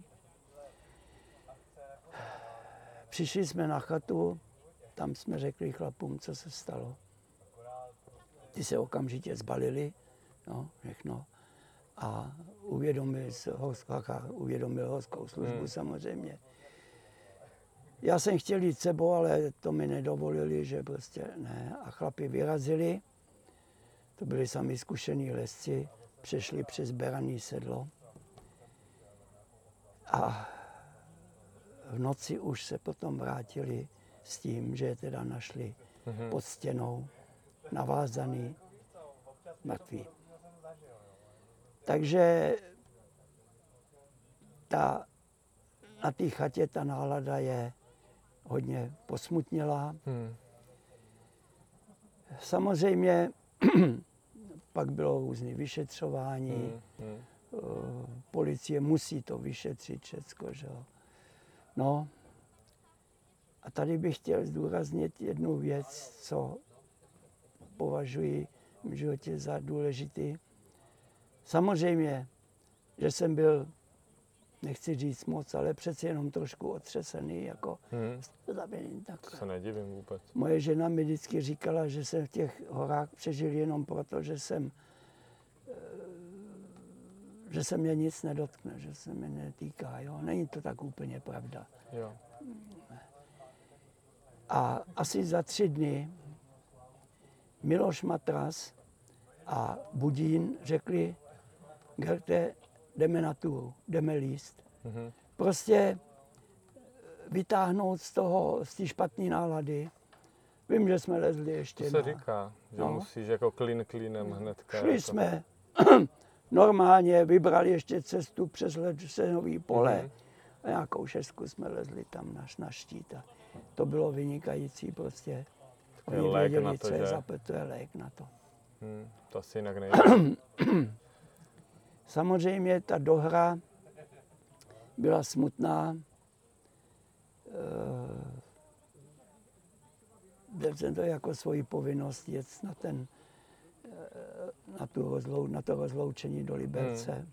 Přišli jsme na chatu, tam jsme řekli chlapům, co se stalo. Ty se okamžitě zbalili, no, všechno. A uvědomili se, uvědomil horskou službu Hmm. samozřejmě. Já jsem chtěl jít sebou, ale to mi nedovolili, že prostě ne. A chlapi vyrazili, to byli sami zkušení lesci, přešli přes Beraný sedlo. A v noci už se potom vrátili s tím, že je teda našli Mhm. pod stěnou, navázaný, mrtvý. Takže ta, na té chatě ta nálada je hodně posmutnělá. Hmm. Samozřejmě pak bylo různé vyšetřování, Hmm. Hmm. eh, policie musí to vyšetřit všecko, že jo. No a tady bych chtěl zdůraznit jednu věc, co považuji v životě za důležitý. Samozřejmě, že jsem byl, nechci říct moc, ale přeci jenom trošku otřesený, jako Hmm. zavěný To takhle. se nedivím vůbec. Moje žena mi vždycky říkala, že jsem v těch horách přežil jenom proto, že jsem, eh, že se mě nic nedotkne, že se mě netýká. Jo? Není to tak úplně pravda. Jo. A asi za tři dny Miloš Matras a Budín řekli, Gerte, jdeme na túru, jdeme líst. Mhm. Prostě vytáhnout z toho, z té špatné nálady. Vím, že jsme lezli ještě To se na... říká, že No. musíš jako klin klínem hnedka. Šli jako... jsme normálně, vybrali ještě cestu přes ledsenový pole. Mhm. A nějakou šestku jsme lezli tam na, na štít. A to bylo vynikající prostě. Takový Oni lék věděli, na to, co je že? za to je lék na to. Hmm. To asi jinak nejde. Samozřejmě ta dohra byla smutná. Byl jsem to jako svoji povinnost jet na, ten, na, tu rozlou, na to rozloučení do Liberce. Hmm.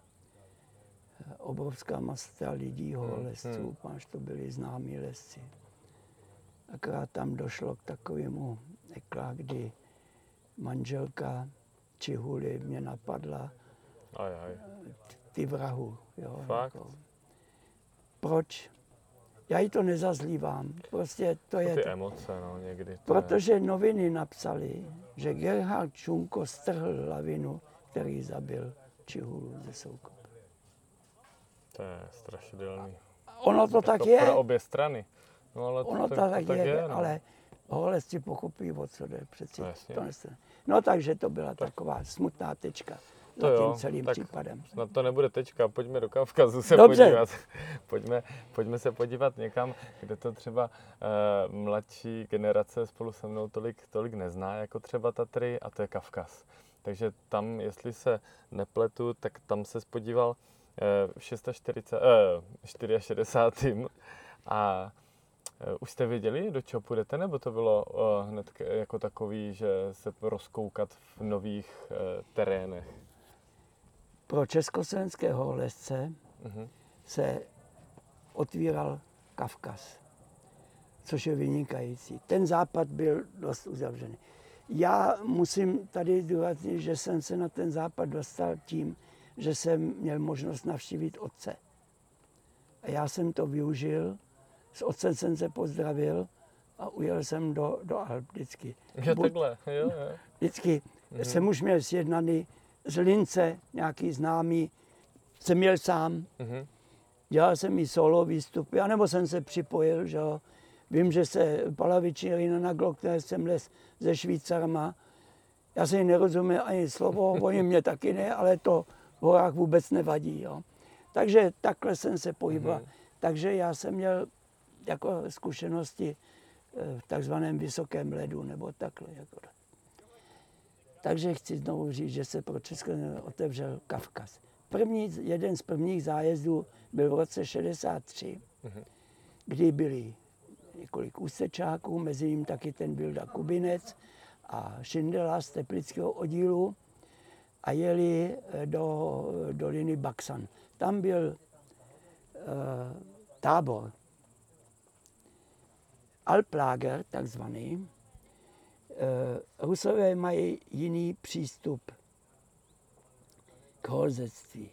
Obrovská masa lidí, horolezců, hmm. máš to byli známí lesci. Akorát tam došlo k takovému ekla, kdy manželka Čihuly mě napadla, Aj, aj. ty vrahu. Jo, Fakt? jako. Proč? Já jí to nezazlívám. Prostě to je Ty to. emoce, no, někdy. To Protože noviny napsali, že Gerhard Čunko strhl lavinu, který zabil Čihulu ze Soukope. Je, to je strašidelný. Ono to tak Jako je. Pro obě strany. No, ale Ono to, to tak, to tak je, je, no. ale horolezci pochopí, o co jde. Přeci No, jasně. to nestane. No takže to byla taková smutná tečka To za jo, tím celým tak případem. Snad to nebude tečka, pojďme do Kavkazu se Dobře. podívat. Pojďme, pojďme se podívat někam, kde to třeba uh, mladší generace spolu se mnou tolik, tolik nezná, jako třeba Tatry, a to je Kavkaz. Takže tam, jestli se nepletu, tak tam se podíval uh, v šedesáti čtyři uh, a uh, už jste věděli, do čeho půjdete, nebo to bylo uh, hned jako takový, že se rozkoukat v nových uh, terénech? Pro československé horolezce Mhm. se otvíral Kavkaz, což je vynikající. Ten západ byl dost uzavřený. Já musím tady zdůraznit, že jsem se na ten západ dostal tím, že jsem měl možnost navštívit otce. A já jsem to využil, s otcem jsem se pozdravil a ujel jsem do, do Alp vždycky. Je takhle, jo, jo. Vždycky mm. jsem už měl sjednaný z Lince, nějaký známý, jsem měl sám. Mhm. Dělal jsem i solo výstupy, anebo jsem se připojil, že jo. Vím, že se Palavičina na Glockner jsem les se Švýcarama. Já si nerozuměl ani slovo, oni mě taky ne, ale to v horách vůbec nevadí, jo. Takže takhle jsem se pohyboval. Mhm. Takže já jsem měl jako zkušenosti v takzvaném vysokém ledu, nebo takhle. Jako. Takže chci znovu říct, že se pro Česko otevřel Kavkaz. První, jeden z prvních zájezdů byl v roce šedesát tři, Mhm. kdy byli několik úsečáků, mezi ním taky ten Bilda Kubinec a Šindela z teplického oddílu a jeli do doliny Baksan. Tam byl e, tábor, Alplager takzvaný. E, Rusové mají jiný přístup k horzectví.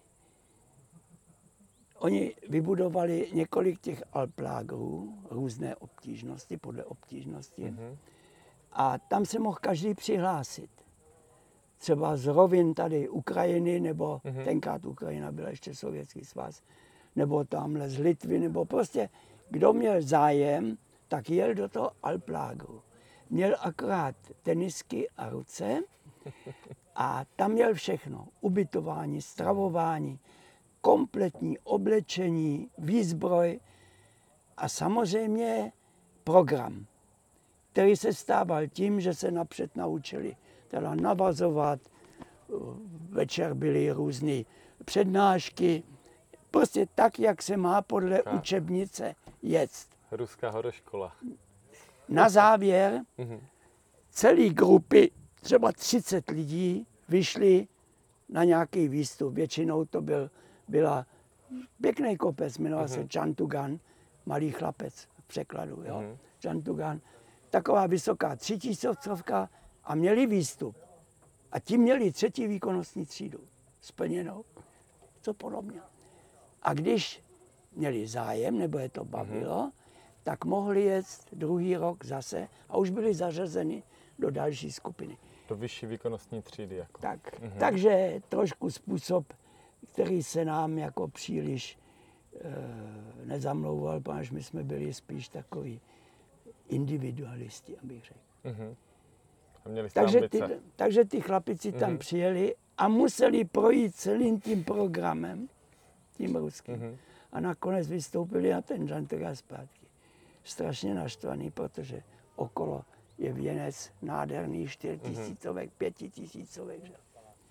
Oni vybudovali několik těch alplágrů, různé obtížnosti, podle obtížnosti. Mm-hmm. A tam se mohl každý přihlásit. Třeba z rovin tady Ukrajiny, nebo mm-hmm. tenkrát Ukrajina byla ještě Sovětský svaz, nebo tamhle z Litvy, nebo prostě kdo měl zájem, tak jel do toho alplágru. Měl akorát tenisky a ruce a tam měl všechno. Ubytování, stravování, kompletní oblečení, výzbroj a samozřejmě program, který se stával tím, že se napřed naučili teda navazovat, večer byly různé přednášky, prostě tak, jak se má podle a. učebnice jet. Ruská horoškola. Na závěr celý grupy, třeba třicet lidí, vyšli na nějaký výstup. Většinou to byl, byla pěkný kopec, jmenoval se Chantugan, malý chlapec v překladu, jo. Uh-huh. Chantugan, taková vysoká třítisícovka a měli výstup. A ti měli třetí výkonnostní třídu splněnou, co podobně. A když měli zájem, nebo je to bavilo, uh-huh. tak mohli jet druhý rok zase a už byli zařazeni do další skupiny. Do vyšší výkonnostní třídy. Jako. Tak, uh-huh. Takže trošku způsob, který se nám jako příliš e, nezamlouval, protože my jsme byli spíš takový individualisti, abych řekl. Uh-huh. A měli jste takže, ty, ambice. takže ty chlapici uh-huh. tam přijeli a museli projít celým tím programem, tím ruským. Uh-huh. A nakonec vystoupili na ten Chantugan zpátky. Strašně naštvaný, protože okolo je věnec nádherný čtyřtisícovek, uh-huh. pětitisícovek. Že?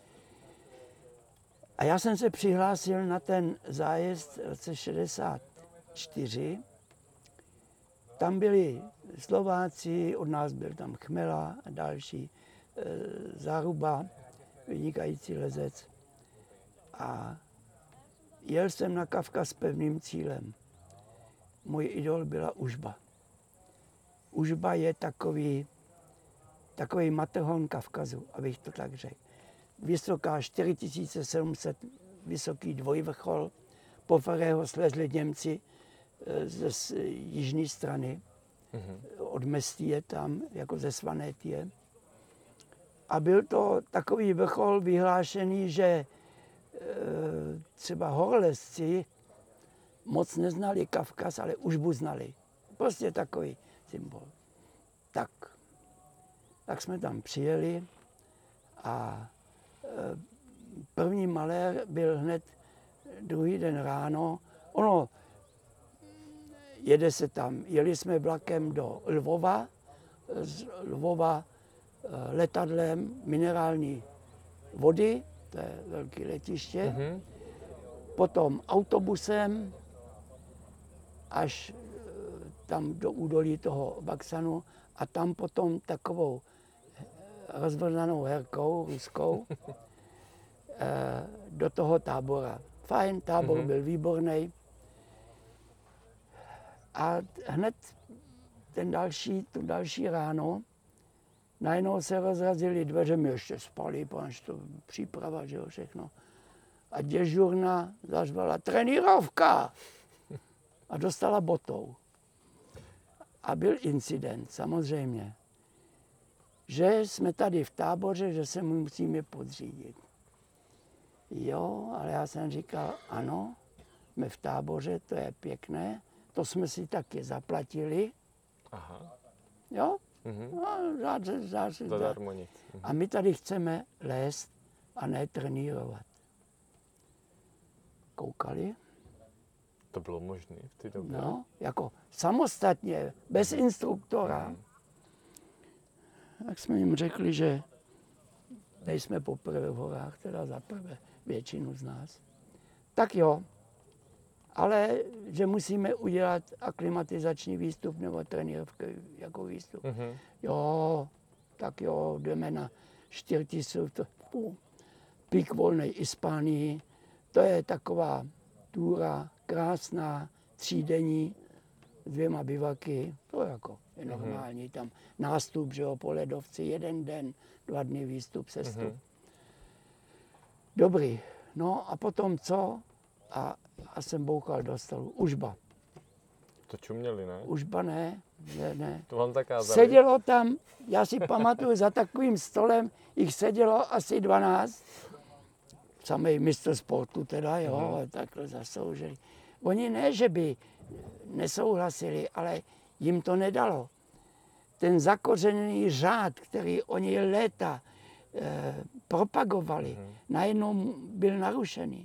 A já jsem se přihlásil na ten zájezd v roce šedesát čtyři. Tam byli Slováci, od nás byl tam Chmela a další, e, Záruba, vynikající lezec. A jel jsem na Kavkaz s pevným cílem. Můj idol byla Užba. Užba je takový, takový matterhorn Kavkazu, abych to tak řekl. Vysoká čtyři tisíce sedm set, vysoký dvojvrchol. Po kterého slezli Němci z jižní strany. Mm-hmm. Od Mestie tam, jako ze Svanétie. A byl to takový vrchol vyhlášený, že e, třeba horolezci moc neznali Kavkaz, ale Užbu znali. Prostě takový symbol. Tak, tak jsme tam přijeli a e, první malér byl hned druhý den ráno. Ono, jede se tam, jeli jsme vlakem do Lvova, z Lvova e, letadlem minerální vody, to je velké letiště, mm-hmm. potom autobusem až e, tam do údolí toho Baksanu a tam potom takovou rozvrzanou herkou ruskou e, do toho tábora. Fajn, tábor mm-hmm. byl výborný. A hned ten další, tu další ráno najednou se rozrazily dveře, my ještě spali, protože to příprava, že jo, všechno. A děžurna zařvala trenírovka a dostala botou. A byl incident, samozřejmě, že jsme tady v táboře, že se mu musíme podřídit. Jo, ale já jsem říkal, ano, jsme v táboře, to je pěkné, to jsme si taky zaplatili. Aha. Jo? Mhm. No, žád, žád, žád. Zadarmo nic. Mhm. A my tady chceme lézt a ne trenírovat. Koukali? To bylo možné v té době? No, jako samostatně, bez mhm. instruktora. Mhm. Tak jsme jim řekli, že nejsme poprvé v horách, teda za prvé většinu z nás. Tak jo, ale že musíme udělat aklimatizační výstup nebo trenírovky jako výstup. Mm-hmm. Jo, tak jo, jdeme na čtyři tisíce, pík volnej Ispánii. To je taková túra krásná, třídenní, dvěma bivaky, to jako je normální. Tam nástup, že jo, po ledovci, jeden den, dva dny výstup, sestup. Mm-hmm. Dobrý, no a potom co? A já jsem bouchal do stolu. Užba. To čuměli, ne? Užba ne, ne, ne. To vám zakázali? Sedělo tam, já si pamatuju, za takovým stolem jich sedělo asi dvanáct. Samej mistr sportu teda, jo, mm-hmm. takhle zasloužili. Oni ne, že by nesouhlasili, ale jim to nedalo. Ten zakořenený řád, který oni léta eh, propagovali, mm-hmm. najednou byl narušený.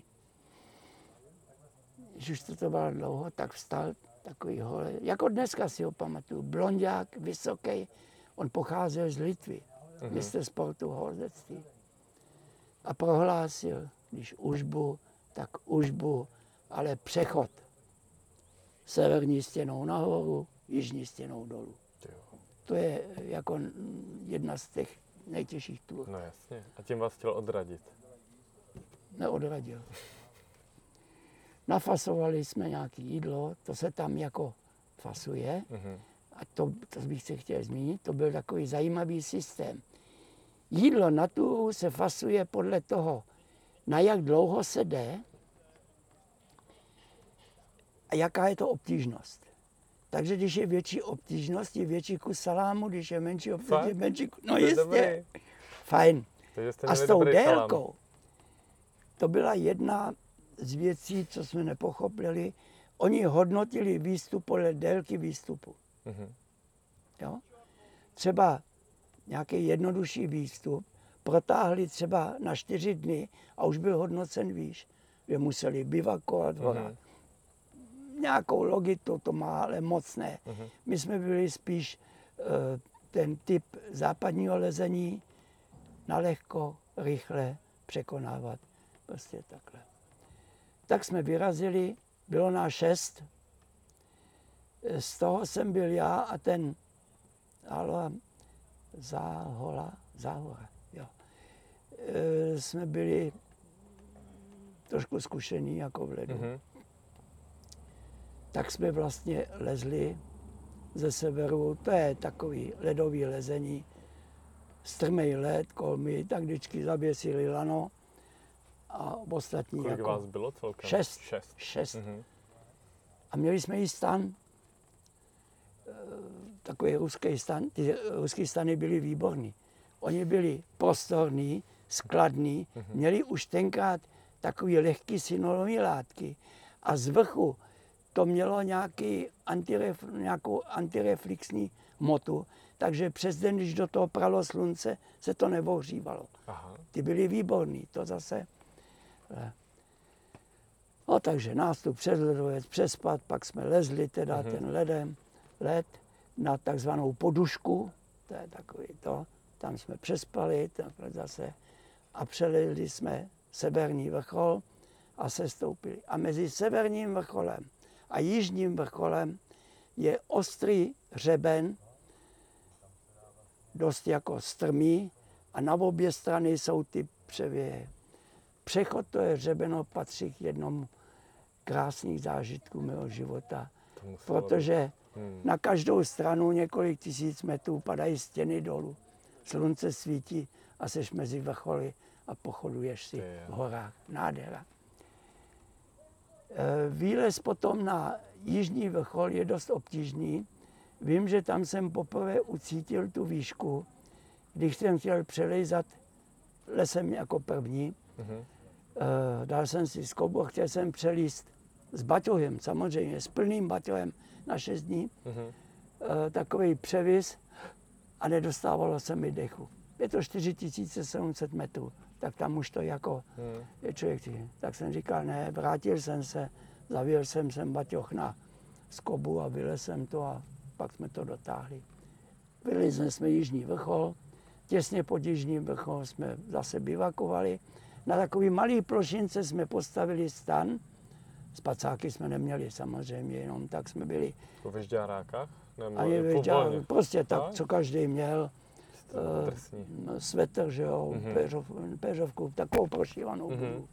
Když už to, to bylo dlouho, tak vstal takový hole, jako dneska si ho pamatuju, blonďák, vysoký, on pocházel z Litvy, mm-hmm. mistr sportu horzectví. A prohlásil, když užbu, tak užbu, ale přechod. Severní stěnou nahoru, jižní stěnou dolů. To je jako jedna z těch nejtěžších tur. No jasně. A tím vás chtěl odradit? Neodradil. Nafasovali jsme nějaké jídlo, to se tam jako fasuje. Mm-hmm. A to, to bych se chtěl zmínit, to byl takový zajímavý systém. Jídlo na turu se fasuje podle toho, na jak dlouho se jde a jaká je to obtížnost. Takže když je větší obtížnost, je větší kus salámu, když je menší obtížnost, je menší kus... No jistě. Fajn. A s tou délkou, salám. To byla jedna z věcí, co jsme nepochopili. Oni hodnotili výstup podle délky výstupu. Mm-hmm. Jo? Třeba nějaký jednodušší výstup protáhli třeba na čtyři dny a už byl hodnocen výš, že museli bivakovat v horách. Mm-hmm. Nějakou logiku to má, ale moc ne. Mm-hmm. My jsme byli spíš uh, ten typ západního lezení, nalehko, rychle překonávat. Prostě takhle. Tak jsme vyrazili, bylo nás šest. Z toho jsem byl já a ten Aloha Záhola, Záhora, jo. E, jsme byli trošku zkušení jako v ledu. Mm-hmm. Tak jsme vlastně lezli ze severu, to je takový ledový lezení, strmej led, kolmy, tak vždycky zavěsili lano a ostatní Kolik jako... vás bylo celkem? Šest. Šest. Šest. Mm-hmm. A měli jsme jí stan, takový ruský stan, ty ruský stany byly výborný. Oni byli prostorní, skladní, mm-hmm. měli už tenkrát takový lehký synolový látky a z vrchu to mělo nějaký antiref, nějakou antireflexní hmotu, takže přes den, když do toho pralo slunce, se to neohřívalo. Aha. Ty byly výborný, to zase. No takže nástup přes ledovec, přespat, pak jsme lezli teda mm-hmm. ten ledem, led na takzvanou podušku, to je takový to, tam jsme přespali, takhle zase a přelezli jsme severní vrchol a sestoupili. A mezi severním vrcholem a jižním vrcholem je ostrý hřeben, dost jako strmý a na obě strany jsou ty převěje. Přechod to je hřebeno patří k jednomu krásných zážitků mého života, protože hmm. na každou stranu několik tisíc metrů padají stěny dolů. Slunce svítí a seš mezi vrcholy a pochoduješ si v horách. Nádhera. Výlez potom na jižní vrchol je dost obtížný. Vím, že tam jsem poprvé ucítil tu výšku, když jsem chtěl přelejzat lesem jako první. Mm-hmm. Dal jsem si skobu a chtěl jsem přelíst s baťohem, samozřejmě, s plným baťohem na šest dní. Mm-hmm. Takový převis a nedostávalo se mi dechu. Je to čtyři tisíce sedm set metrů, tak tam už to jako mm. je člověk. Tak jsem říkal, ne, vrátil jsem se, zavěl jsem sem baťoch na skobu a vylez jsem to a pak jsme to dotáhli. Vylezli jsme jižní vrchol, těsně pod jižním vrchol jsme zase bivakovali. Na takový malý plošince jsme postavili stan. Spacáky jsme neměli samozřejmě, jenom tak jsme byli. Po Vyžďárákách? Ani Vyžďár, prostě tak, co každý měl. uh, drsní. Svetr, že jo, Mhm. péřov, péřovku, takovou prošívanou Mhm. budu.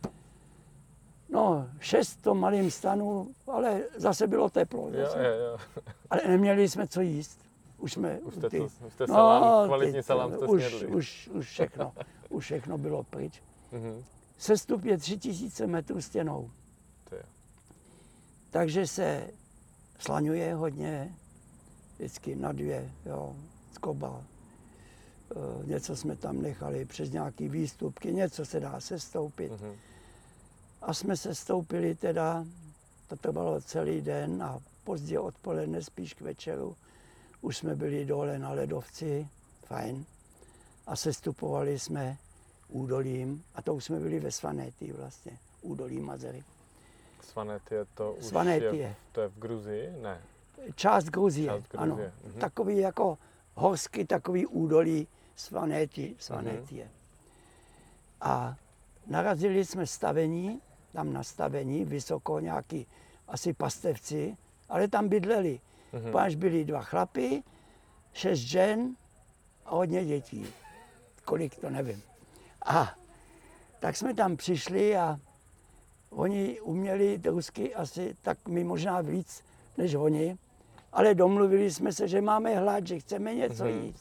No, šest to malým stanu, ale zase bylo teplo. Jo, Zase. jo, jo. Ale neměli jsme co jíst. Už jsme... Už jste, ty, to, už jste salám, kvalitní ty, salám jste už, snědli. už, už, všechno, už všechno bylo pryč. Mhm. Sestup je tři tisíce metrů stěnou. To je. Takže se slaňuje hodně, vždycky na dvě, jo, skoba. E, něco jsme tam nechali přes nějaký výstupky, něco se dá sestoupit. Mhm. A jsme se stoupili teda, to trvalo celý den a pozdě odpoledne, spíš k večeru, už jsme byli dole na ledovci, fajn. A sestupovali jsme údolím, a to už jsme byli ve Svanety vlastně, údolí Mazery. Svanety je to už Svanety je, je. to je v Gruzii? Ne. Část Gruzie, Část Gruzie, ano. mhm. Takový jako horsky, takový údolí Svanety, Svanety Mhm. je. A narazili jsme stavení, tam na stavení, vysoko nějaký asi pastevci, ale tam bydleli. Mhm. Páč byli dva chlapy, šest žen a hodně dětí. Kolik, to nevím. A tak jsme tam přišli a oni uměli rusky asi tak my možná víc než oni, ale domluvili jsme se, že máme hlad, že chceme něco Mhm. jíst.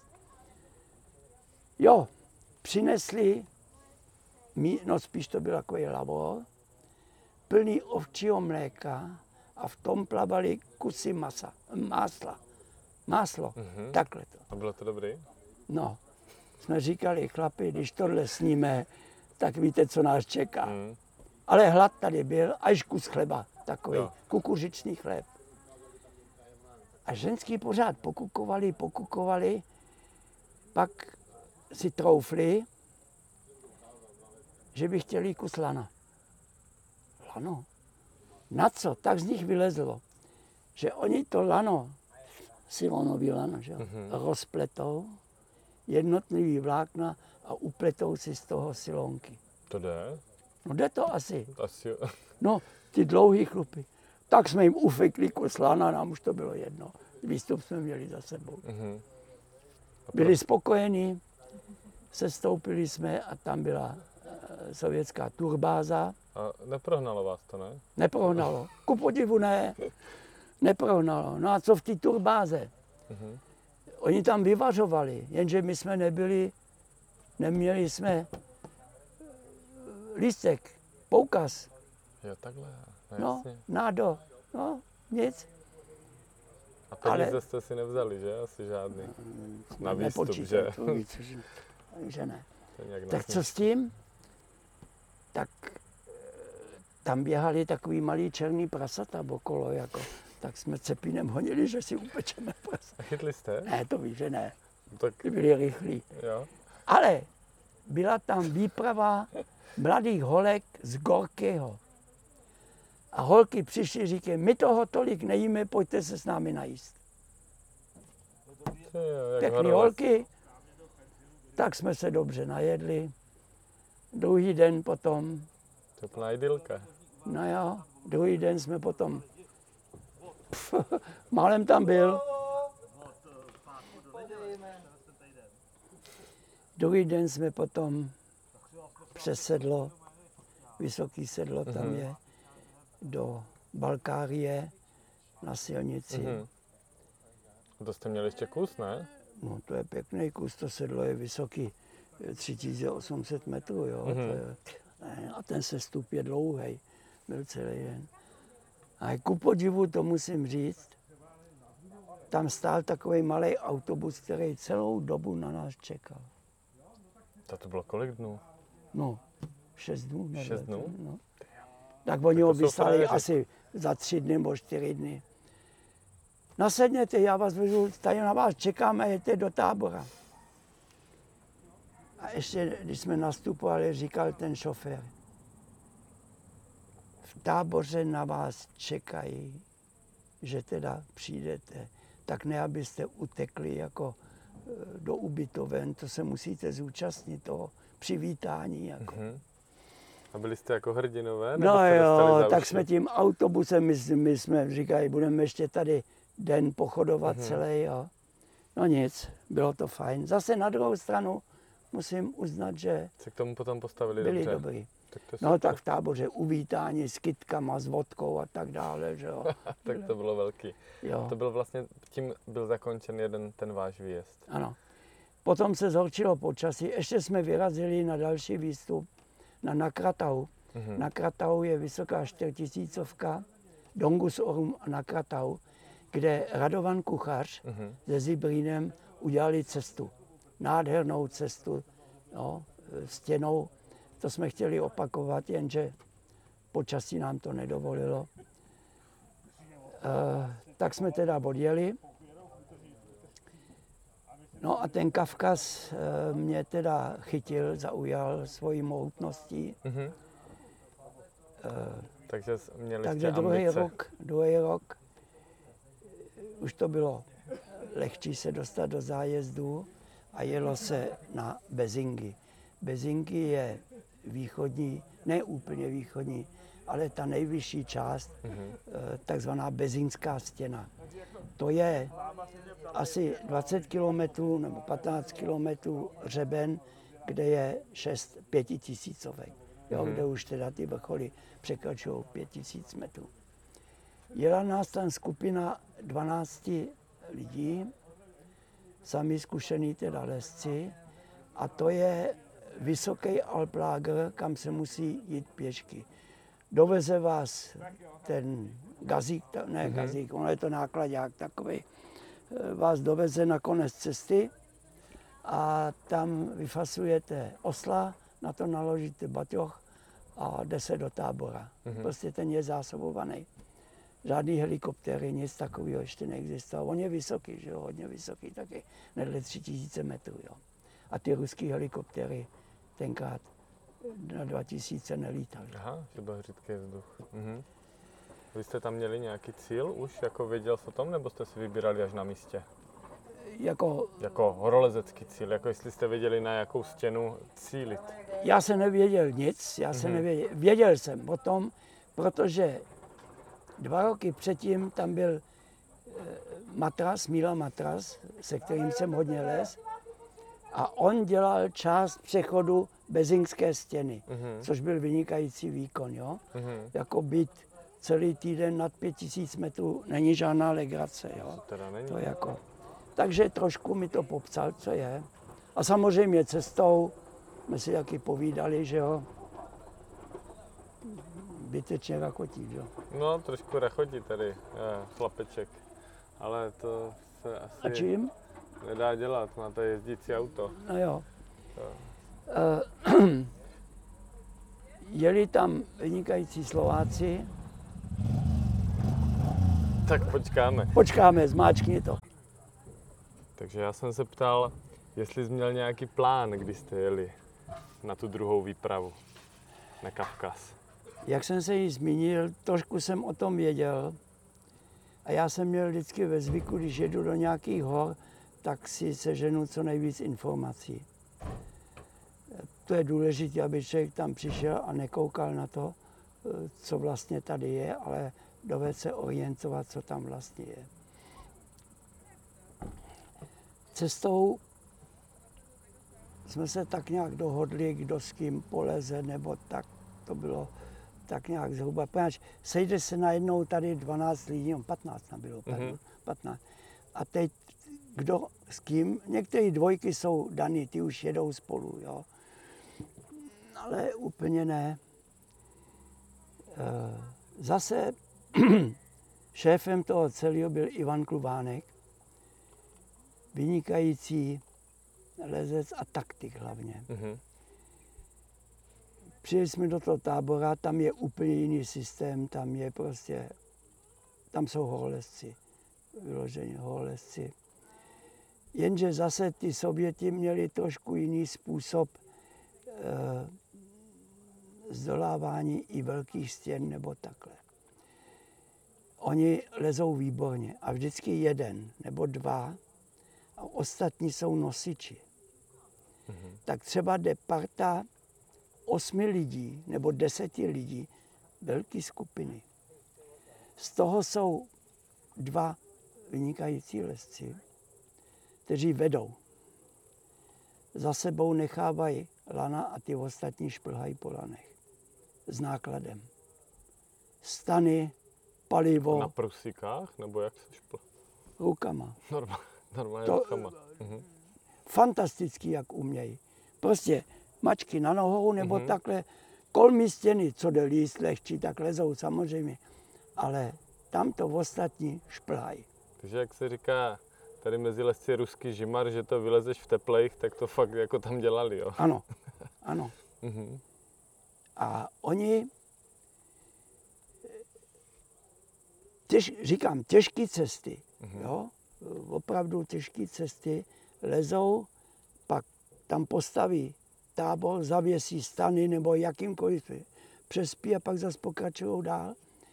Jo, přinesli, mí- no spíš to byl takový lavor, plný ovčího mléka a v tom plavaly kusy masa, másla. Máslo, Mhm. takhle to. A bylo to dobrý? No, jsme říkali, chlapi, když tohle sníme, tak víte, co nás čeká. Mhm. Ale hlad tady byl, až kus chleba, takový Jo. kukuřičný chléb. A ženský pořád pokukovali, pokukovali, pak si troufli, že by chtěli kus lana. Lano? Na co? Tak z nich vylezlo, že oni to lano, silonový lano, že jo, Mhm. rozpletou, jednotlivý vlákna a upletou si z toho silonky. To jde? No jde to asi. Asi jo. No, ty dlouhý chlupy. Tak jsme jim ufekli kus lana, nám už to bylo jedno. Výstup jsme měli za sebou. Mhm. A Byli spokojení, sestoupili jsme a tam byla e, sovětská turbáza. A neprohnalo vás to, ne? Neprohnalo. Ku podivu ne. Neprohnalo. No a co v té turbáze? Mhm. Oni tam vyvařovali, jenže my jsme nebyli, neměli jsme lístek, poukaz. Jo, takhle. No, No, jasně. nádo. No, nic. A peníze ale- jste si nevzali, že? Asi žádný. Na výstup, Nepočítat, že? to víc, že? Takže ne. To je nějak Tak co s tím? Tak e, tam běhali takový malý černý prasata okolo, jako. Tak jsme cepínem honili, že si upečeme prasa. A chytli jste? Ne, to víš, že ne. Tak Ty byli rychlí. jo. Ale byla tam výprava mladých holek z Gorkého. A holky přišly, říkají, my toho tolik nejíme, pojďte se s námi najíst. To jo, jak Pěkný horovat. holky, tak jsme se dobře najedli. Druhý den potom, To je plná idylka. no jo, druhý den jsme potom, pf, málem tam byl. Druhý den jsme potom přes sedlo, vysoký sedlo tam Mhm. je, do Balkárie na silnici. Mhm. To jste měli ještě kus, ne? No to je pěkný kus, to sedlo je vysoký tři tisíce osm set metrů, jo. Mhm. To je, a ten sestup je dlouhý, byl celý den. A ku podivu to musím říct, tam stál takový malý autobus, který celou dobu na nás čekal. To, to bylo kolik dnů? No, šest dnů. Nebo Šest dnů? No. Tak oni Tak ho to jsou vyslali frajeři. asi za tři dny nebo čtyři dny. Nasedněte, já vás vezu, tady na vás čekáme, jeďte do tábora. A ještě, když jsme nastupovali, říkal ten šofér, v táboře na vás čekají, že teda přijdete, tak ne, abyste utekli jako e, do ubytoven, to se musíte zúčastnit toho přivítání. Jako. Mhm. A byli jste jako hrdinové? nebo No jste dostali jo, za tak uši? jsme tím autobusem, my, my jsme říkali, budeme ještě tady den pochodovat Mhm. celý, jo. No nic, bylo to fajn. Zase na druhou stranu musím uznat, že Se k tomu potom postavili byli dobře. dobrý. Tak to je No super. tak v táboře uvítání s kytkama, s vodkou a tak dále, že jo. Tak to bylo velký. jo. To byl vlastně, tím byl zakončen jeden ten váš výjezd. Ano. Potom se zhorčilo počasí, ještě jsme vyrazili na další výstup na Nakratau. Mhm. Nakratau je vysoká čtyřtisícovka, Dongus Orum a Nakratau, kde Radovan Kuchař Mhm. se Zibrínem udělali cestu. Nádhernou cestu, no, stěnou. To jsme chtěli opakovat, jenže počasí nám to nedovolilo. E, tak jsme teda odjeli. No a ten Kavkaz e, mě teda chytil, zaujal svojí mohutností. Mhm. E, Takže s- měli takže jste druhý ambice. rok, druhý rok už to bylo lehčí se dostat do zájezdu a jelo se na Bezingy. Bezingy je východní, ne úplně východní, ale ta nejvyšší část, Mhm. eh, takzvaná Bezinská stěna. To je asi dvacet kilometrů nebo patnáct kilometrů hřeben, kde je šest pětitisícovek, jo, Mhm. kde už teda ty vrcholy překračují pět tisíc metrů. Jela nás tam skupina dvanácti lidí, sami zkušený teda lesci, a to je vysoký Alplager, kam se musí jít pěšky. Doveze vás ten gazík, ta- ne Mhm. gazík, ono je to nákladák takový, vás doveze na konec cesty a tam vyfasujete osla, na to naložíte baťoch a jde se do tábora. Mhm. Prostě ten je zásobovaný. Žádný helikoptéry, nic takového ještě neexistovalo. On je vysoký, že jo, hodně vysoký, taky nedle tři tisíce metrů, jo. A ty ruský helikoptéry tenkrát na dva tisíce nelítaly. Aha, že byl řídký vzduch. Mhm. Vy jste tam měli nějaký cíl už, jako věděl jsi o tom, nebo jste si vybírali až na místě? Jako, Jako horolezecký cíl, jako jestli jste věděli, na jakou stěnu cílit. já jsem nevěděl nic, já jsem Mhm. nevěděl, věděl jsem o tom, protože dva roky předtím tam byl eh, Matras, Míla Matras, se kterým jsem hodně les, a on dělal část přechodu Bezingské stěny, Mhm. což byl vynikající výkon, jo. Mhm. Jako být celý týden nad pět tisíc metrů není žádná legrace, jo. Teda není. To jako. Takže trošku mi to popsal, co je. A samozřejmě cestou jsme si taky povídali, že jo. Bytečně rakotík, jo. No, trošku rachotí tady, eh, chlapeček. Ale to se asi A čím? nedá dělat, máte jezdící auto. No jo. To. Eh, Jeli tam vynikající Slováci. Tak počkáme. Počkáme, zmáčkni to. Takže já jsem se ptal, jestli jsi měl nějaký plán, když jste jeli na tu druhou výpravu na Kavkaz. Jak jsem se jí zmínil, trošku jsem o tom věděl. A já jsem měl vždycky ve zvyku, když jedu do nějakých hor, tak si seženu co nejvíc informací. To je důležité, aby člověk tam přišel a nekoukal na to, co vlastně tady je, ale dovedl se orientovat, co tam vlastně je. Cestou jsme se tak nějak dohodli, kdo s kým poleze, nebo tak to bylo tak nějak zhruba. Poněvadž sejde se najednou tady dvanáct lidí, no patnáct tam bylo, pardon, Mhm. patnáct. A teď kdo s kým, některé dvojky jsou daný, ty už jedou spolu, jo. Ale úplně ne. E, Zase šéfem toho celého byl Ivan Klubánek, vynikající lezec a taktik hlavně. Mhm. Přijeli jsme do toho tábora, tam je úplně jiný systém, tam je prostě, tam jsou horolezci, vyloženě horolezci. Jenže zase ty Sověti měli trošku jiný způsob e, zdolávání i velkých stěn nebo takhle. Oni lezou výborně a vždycky jeden nebo dva a ostatní jsou nosiči. Mhm. Tak třeba jde parta osmi lidí nebo deseti lidí, velké skupiny. Z toho jsou dva vynikající lesci, kteří vedou. Za sebou nechávají lana a ty ostatní šplhají po lanech. S nákladem. Stany, palivo. Na prusíkách? Nebo jak se špl? Rukama. Normálně, normálně To- rukama. Mhm. Fantastický, jak umějí. Prostě mačky na nohou, nebo Mhm. takhle kolmy stěny, co jde líst lehčí, tak lezou samozřejmě. Ale tam to ostatní šplhají. Takže jak se říká tady mezi lesci ruský žimar, že to vylezeš v teplejch, tak to fakt jako tam dělali, jo? Ano, ano. Mhm. A oni, těž, říkám, těžké cesty, Mhm. jo? Opravdu těžké cesty, lezou, pak tam postaví tábor, zavěsí stany nebo jakýmkoliv přespí a pak zase pokračují dál.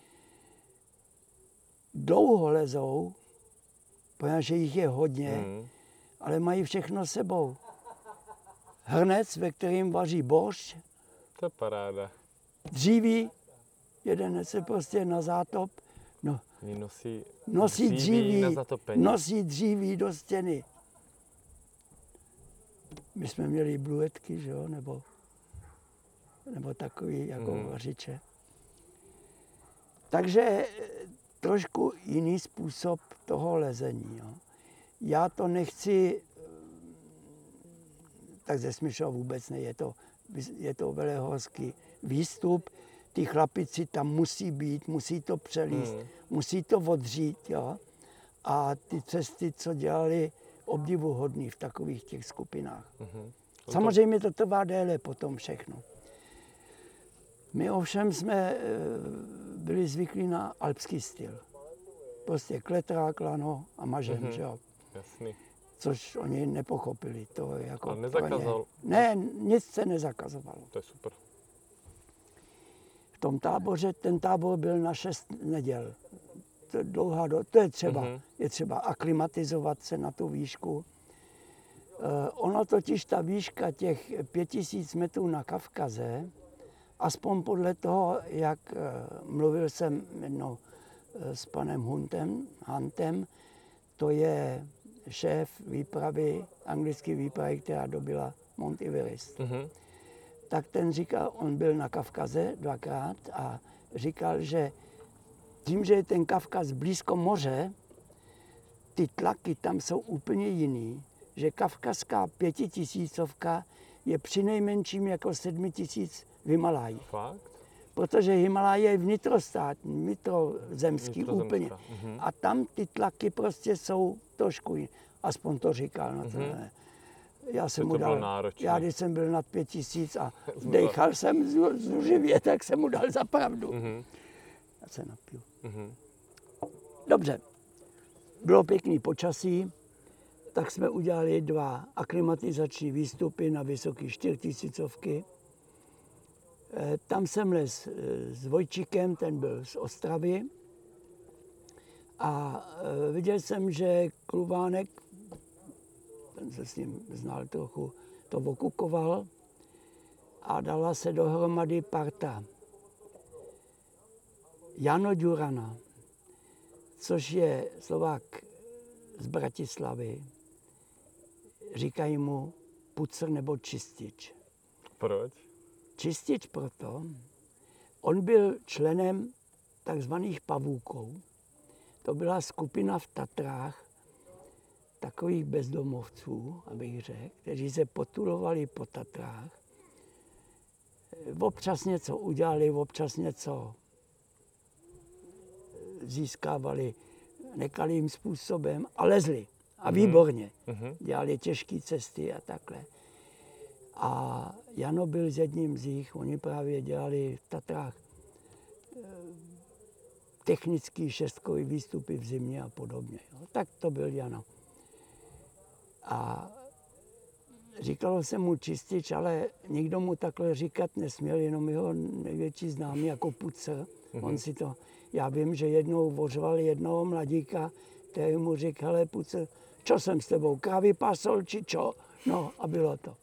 Dlouho lezou, protože jich je hodně, Mhm. ale mají všechno sebou. Hrnec, ve kterém vaří boršť, To je paráda. dříví, jeden nese prostě na zátop, no, Oni nosí, nosí dříví, na zatopení. nosí dříví do stěny. My jsme měli bluetky, že jo, nebo, nebo takový jako Mhm. vařiče. Takže eh, trošku jiný způsob toho lezení. Jo. Já to nechci, eh, tak ze Smyšova vůbec ne, je to, je to velehorský výstup, ty chlapici tam musí být, musí to přelíst, Mhm. musí to odřít, jo. A ty cesty, co dělali, obdivuhodný v takových těch skupinách. Mhm. Samozřejmě to trvá déle potom všechno. My ovšem jsme eh, byli zvyklí na alpský styl. Prostě kletrák, lano a mažem, Mhm. že jo. Jasný. Což oni nepochopili. To jako Ale pro nezakazoval. ně. Ne, nic se nezakazovalo. To je super. V tom táboře, ten tábor byl na šest neděl. To je dlouhá do, to je třeba. Mhm. Je třeba aklimatizovat se na tu výšku. Eh, ono totiž ta výška těch pět tisíc metrů na Kavkaze, aspoň podle toho, jak eh, mluvil jsem jednou eh, s panem Huntem, Hantem, to je šéf výpravy, anglické výpravy, která dobila Mount Everest. Mhm. Tak ten říkal, on byl na Kavkaze dvakrát a říkal, že tím, že je ten Kavkaz blízko moře, ty tlaky tam jsou úplně jiný, že kavkazská pětitisícovka je přinejmenším jako sedmi tisíc v Himaláji. Fakt? Protože Himaláje je vnitrostátní, vnitrozemský Vnitrozemská, úplně. mhm. A tam ty tlaky prostě jsou trošku jiný. Aspoň to říkal. No to Mhm. ne. Já jsem Že mu to bylo dal, náročný. já když jsem byl nad pět tisíc a Zmluva. dejchal jsem zu- zuřivě, tak jsem mu dal za pravdu. Mhm. Já se napiju. Mhm. Dobře, bylo pěkný počasí, tak jsme udělali dva aklimatizační výstupy na vysoké čtyřtisícovky. Eh, Tam jsem les eh, s Vojčíkem, ten byl z Ostravy. A eh, viděl jsem, že Kluvánek, ten se s ním znal trochu, to okukoval a dala se dohromady parta Jano Ďurana, což je Slovák z Bratislavy. Říkají mu pucr nebo čistič. Proč? Čistič proto, on byl členem takzvaných pavůků. To byla skupina v Tatrách takových bezdomovců, abych řekl, kteří se potulovali po Tatrách. Občas něco udělali, občas něco získávali nekalým způsobem a lezli. A výborně. Mhm. Dělali těžké cesty a takhle. A Jano byl s jedním z nich, oni právě dělali v Tatrách eh, technický šestkový výstupy v zimě a podobně. Jo. Tak to byl Jano. A říkalo se mu čistič, ale nikdo mu takhle říkat nesměl, jenom jeho největší známý jako pucr. Mm-hmm. On si to, já vím, že jednou vořval jednoho mladíka, který mu řekl, hele pucr, čo jsem s tebou, krávy pasol, či čo? No a bylo to.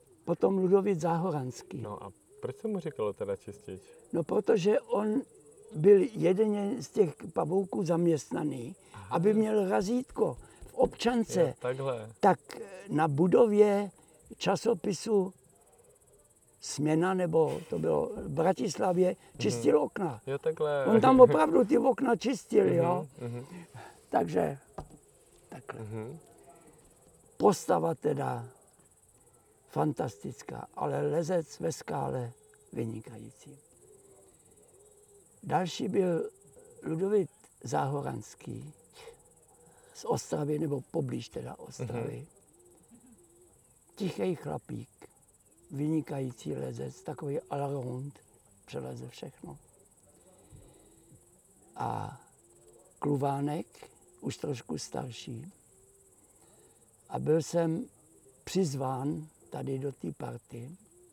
Potom Ludovic Záhoranský. No a proč se mu říkalo teda čistič? No protože on byl jeden z těch pavouků zaměstnaný, aha, aby měl razítko v občance, jo, takhle. tak na budově časopisu Směna, nebo to bylo v Bratislavě, čistil mm. okna. Jo, takhle. On tam opravdu ty okna čistil, mm-hmm, jo. Mm-hmm. Takže takhle. Mm-hmm. Postava teda fantastická, ale lezec ve skále vynikající. Další byl Ludovít Záhoranský z Ostravy, nebo poblíž teda Ostravy. Mm-hmm. Tichý chlapík, vynikající lezec, takový allround, přeleze všechno. A Kluvánek, už trošku starší. A byl jsem přizván tady do té party,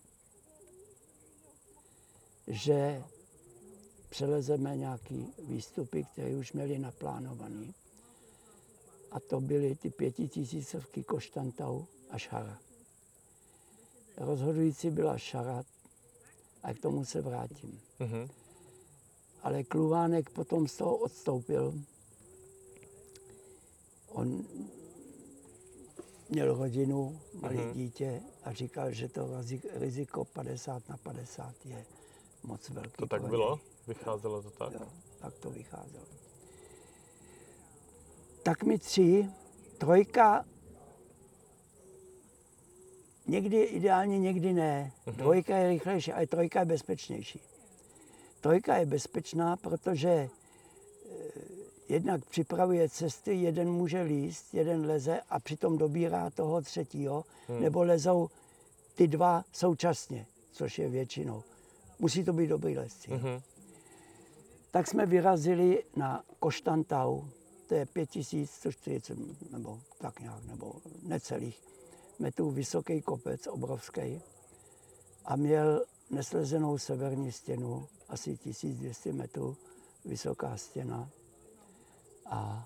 že přelezeme nějaký výstupy, které už měli naplánovaný. A to byly ty pětitisícovky Koštantau a Šara. Rozhodující byla Šara a k tomu se vrátím. Mm-hmm. Ale Kluvánek potom z toho odstoupil. On měl rodinu, malé mm-hmm. dítě a říkal, že to riziko padesát na padesát je moc velký. To tak bylo? Vycházelo to tak? Jo, tak to vycházelo. Tak mi tři, trojka, někdy ideálně, někdy ne. Mm-hmm. Dvojka je rychlejší, ale trojka je bezpečnější. Trojka je bezpečná, protože e, jednak připravuje cesty, jeden může líst, jeden leze a přitom dobírá toho třetího, hmm. nebo lezou ty dva současně, což je většinou. Musí to být dobrý lesci. Mm-hmm. Tak jsme vyrazili na Koštantau, to je pět tisíc sto čtyřicet, nebo tak nějak, nebo necelých metrů vysoký kopec, obrovský, a měl neslezenou severní stěnu, asi tisíc dvě stě metrů vysoká stěna. A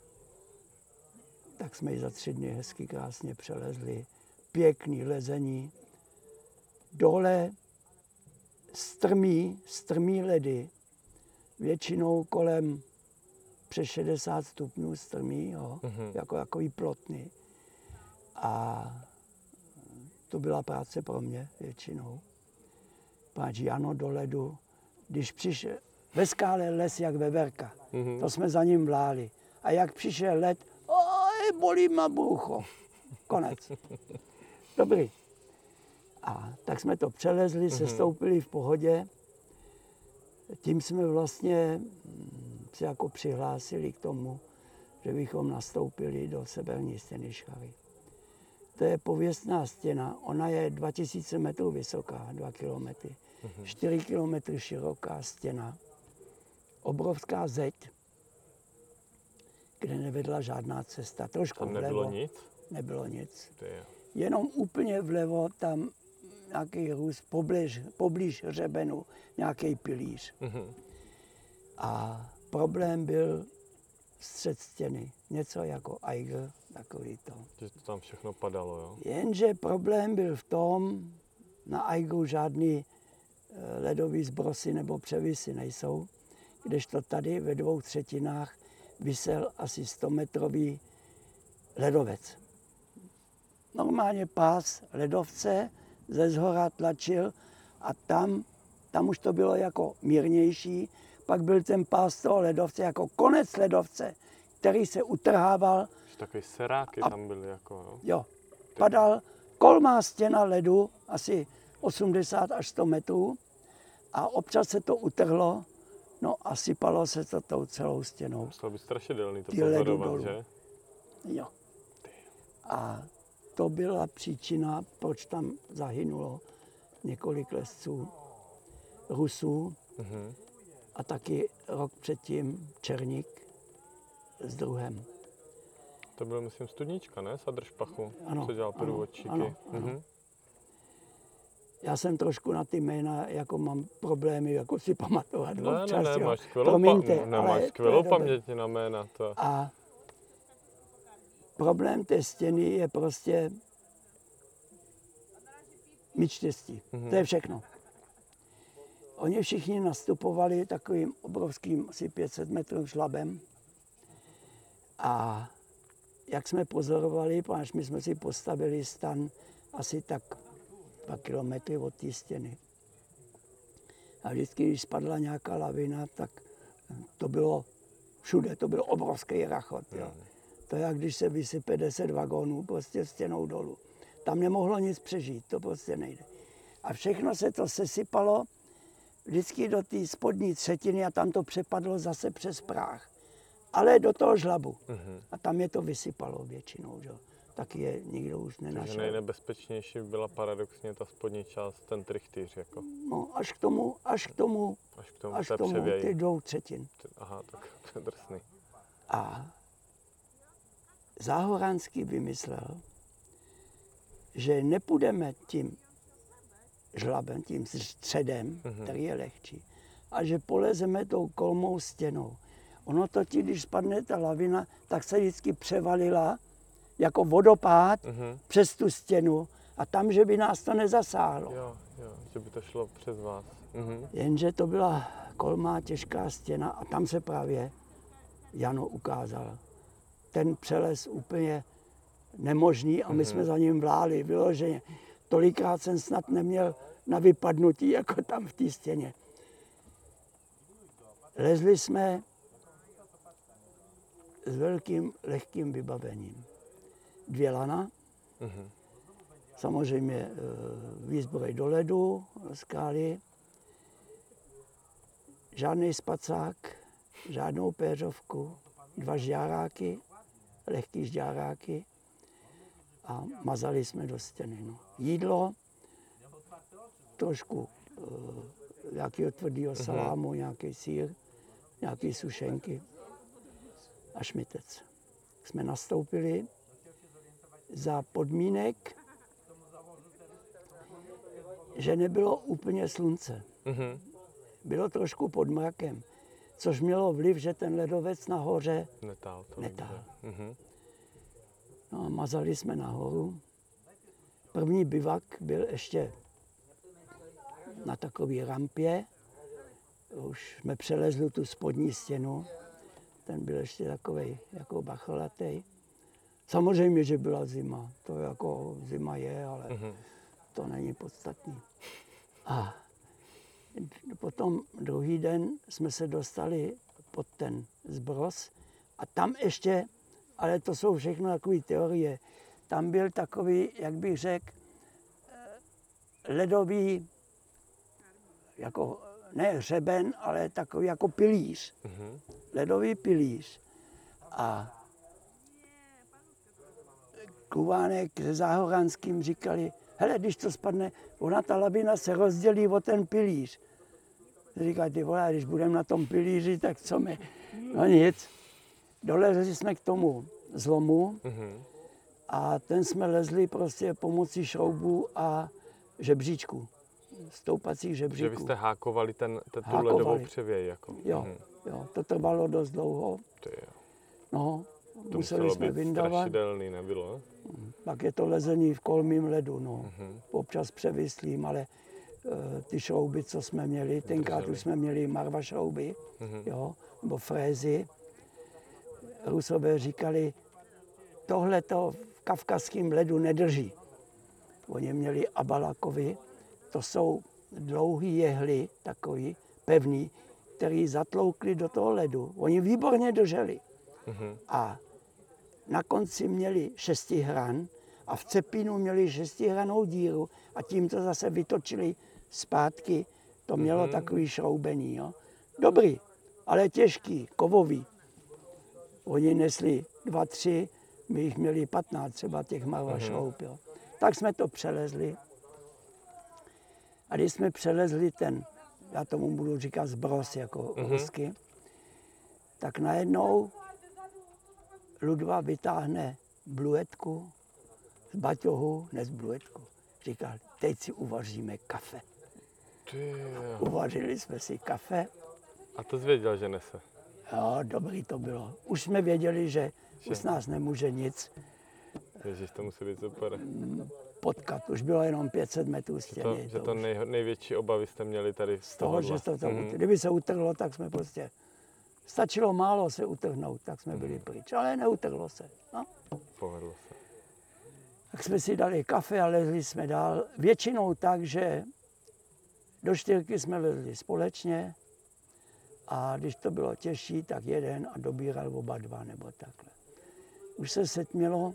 tak jsme ji za tři dny hezky krásně přelezli. Pěkný lezení. Dole strmý, strmý ledy, většinou kolem přes šedesát stupňů strmý, jo, mm-hmm. jako takový plotny. A to byla práce pro mě většinou. Páč Jano do ledu, když přišel, ve skále les jak veverka, mm-hmm. to jsme za ním vláli. A jak přišel led, oj, bolí ma brucho. Konec. Dobrý. A tak jsme to přelezli, mm-hmm. sestoupili v pohodě. Tím jsme vlastně se jako přihlásili k tomu, že bychom nastoupili do severní stěny Šary. To je pověstná stěna, ona je dva tisíce metrů vysoká, dva kilometry. čtyři kilometry široká stěna, obrovská zeď, kde nevedla žádná cesta. Trošku tam vlevo. Nebylo nic? Nebylo nic. Ty. Jenom úplně vlevo, tam nějaký růst, poblíž, poblíž hřebenu, nějaký pilíř. Mm-hmm. A problém byl střed stěny, něco jako Eiger, takový to. Že to tam všechno padalo, jo? Jenže problém byl v tom, na Eigeru žádný ledový zbrosy nebo převisy nejsou, kdežto tady ve dvou třetinách visel asi sto metrový ledovec. Normálně pás ledovce ze zhora tlačil a tam, tam už to bylo jako mírnější, pak byl ten pás toho ledovce jako konec ledovce, který se utrhával. Takový seráky a, tam byly jako, jo? Jo, padal kolmá stěna ledu, asi osmdesát až sto metrů, a občas se to utrhlo, no a sypalo se to tou celou stěnou. Muselo být strašidelný to pozorovat, že? Jo. A to byla příčina, proč tam zahynulo několik lesců Rusů. Mm-hmm. A taky rok předtím Černík s druhem. To byl, myslím, Studnička, ne? Sadršpachu, ano, co dělal průvodčíky. Ano, ano. Mm-hmm. Já jsem trošku na ty jména, jako mám problémy, jako si pamatovat ne, občas, ne, ne, jo. máš skvělou, Promiňte, pa- ne, ale máš skvělou paměť na jména. To. A problém té stěny je prostě mít štěstí. Mm-hmm. To je všechno. oni všichni nastupovali takovým obrovským, asi pět set metrů šlabem. A jak jsme pozorovali, páč my jsme si postavili stan asi tak dva kilometry od té stěny. A vždycky, když spadla nějaká lavina, tak to bylo všude, to byl obrovský rachot. Jo. To je, jak když se vysype deset vagónů prostě stěnou dolů. Tam nemohlo nic přežít, to prostě nejde. A všechno se to sesypalo vždycky do té spodní třetiny a tam to přepadlo zase přes práh. Ale do toho žlabu. Mm-hmm. A tam je to vysypalo většinou, že? Taky je nikdo už nenašel. Takže nejnebezpečnější byla paradoxně ta spodní část, ten trichtýř, jako. No, až k tomu, až k tomu, až k tomu, až k tomu ty dvou třetin. Aha, tak to je drsný. A Záhoranský vymyslel, že nepůjdeme tím žlabem, tím středem, mm-hmm. který je lehčí, a že polezeme tou kolmou stěnou. Ono totiž, když spadne ta lavina, tak se vždycky převalila jako vodopád mm-hmm. přes tu stěnu a tam, že by nás to nezasáhlo. Jo, jo, že by to šlo přes vás. Mm-hmm. Jenže to byla kolmá těžká stěna a tam se právě Jano ukázal. Ten přelez úplně nemožný a my mm-hmm. jsme za ním vláli vyloženě. Tolikrát jsem snad neměl na vypadnutí, jako tam v té stěně. Lezli jsme s velkým lehkým vybavením. Dvě lana, mm-hmm. samozřejmě výzbroj do ledu, skály, žádný spacák, žádnou péřovku, dva žďáráky, lehký žďáráky a mazali jsme do stěny. No. Jídlo, trošku uh, nějakého tvrdého mm-hmm. salámu, nějaký sýr, nějaký sušenky a šmitec. Jsme nastoupili za podmínek, že nebylo úplně slunce. Mm-hmm. Bylo trošku pod mrakem, což mělo vliv, že ten ledovec nahoře netál. To netál. Mm-hmm. No a mazali jsme nahoru. První bivak byl ještě na takové rampě. Už jsme přelezli tu spodní stěnu. Ten byl ještě takovej jako bacholatej. Samozřejmě, že byla zima. To jako zima je, ale mm-hmm. to není podstatný. A potom druhý den jsme se dostali pod ten zbroz a tam ještě, ale to jsou všechno takové teorie, tam byl takový, jak bych řekl, ledový, jako ne hřeben, ale takový jako pilíř. Mm-hmm. Ledový pilíř. A Kluvánek se Záhoranským říkali, hele, když to spadne, ona ta lavina se rozdělí o ten pilíř. Říkají, ty vole, když budeme na tom pilíři, tak co my? No nic. Dolezli jsme k tomu zlomu mm-hmm. a ten jsme lezli prostě pomocí šroubů a žebříčků. Stoupacích žebříků. Že vy jste hákovali ten, ten, tu hákovali. ledovou převěj, jako. Jo, mm-hmm. jo, to trvalo dost dlouho. Ty jo. No, to museli jsme vyndavat. Strašidelný nebylo, ne? Pak je to lezení v kolmým ledu, no. Mm-hmm. Občas převislým, ale uh, ty šrouby, co jsme měli, tenkrát už jsme měli marva šrouby, mm-hmm. jo, nebo frézy. Rusové říkali, tohle to v kavkazském ledu nedrží. Oni měli abalakovy, to jsou dlouhý jehly, takový pevný, který zatloukli do toho ledu. Oni výborně drželi. Mm-hmm. A na konci měli šestihran a v cepínu měli šestihranou díru a tím to zase vytočili zpátky. To mělo mm-hmm. takový šroubení. Jo. Dobrý, ale těžký, kovový. Oni nesli dva, tři, my jich měli patnáct třeba těch marva mm-hmm. šroub. Jo. Tak jsme to přelezli. A když jsme přelezli ten, já tomu budu říkat zbroz jako mm-hmm. rusky, tak najednou Ludva vytáhne bluetku z baťohu, ne z bluetku. Říkal, teď si uvaříme kafe. Uvařili jsme si kafe. A to jsi věděl, že nese? Jo, dobrý to bylo. Už jsme věděli, že, že? už nás nemůže nic. Ježiš, to musí být super. potkat. Už bylo jenom pět set metrů Že to, stěny. že to to už- nej, největší obavy jste měli tady z toho, že to, to Mhm. kdyby se utrhlo, tak jsme prostě, stačilo málo se utrhnout, tak jsme byli pryč, ale neutrhlo se. No. Povedlo se. Tak jsme si dali kafe a lezli jsme dál. Většinou tak, že do čtyřky jsme lezli společně a když to bylo těžší, tak jeden a dobíral oba dva nebo takhle. Už se setmělo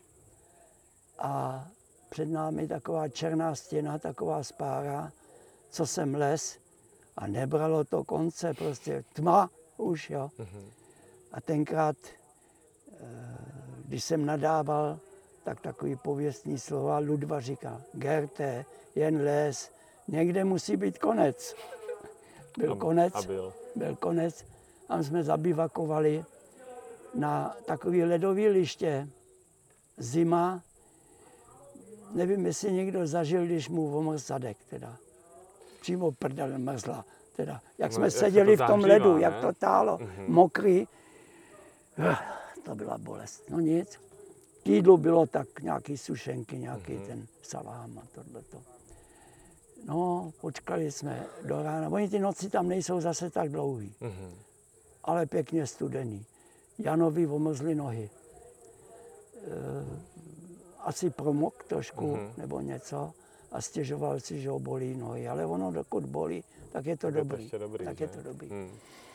a před námi taková černá stěna, taková spára, co jsem les a nebralo to konce, prostě tma už, jo. Mhm. A tenkrát, když jsem nadával, tak takový pověstný slova Ludva říkal, Gerte, jen les, někde musí být konec. Byl A- konec, a byl. byl konec a my jsme zabivakovali na takový ledový liště, zima, nevím, jestli někdo zažil, když mu omrz zadek, teda. Přímo prdel mrzla, teda. Jak No, jsme jak se seděli to v tom zahřívá, ledu, ne? jak to tálo, Mhm. mokrý. Eh, To byla bolest, no nic. K jídlu bylo tak nějaký sušenky, nějaký Mhm. ten salám a tohleto. No, počkali jsme do rána. Oni ty noci tam nejsou zase tak dlouhý, Mhm. ale pěkně studený. Janovi omrzly nohy. E, asi promok trošku Mhm. nebo něco a stěžoval si, že ho bolí nohy. Ale ono, dokud bolí, tak je to Tak je to dobrý. ještě dobrý, tak že? je to dobrý. Hmm.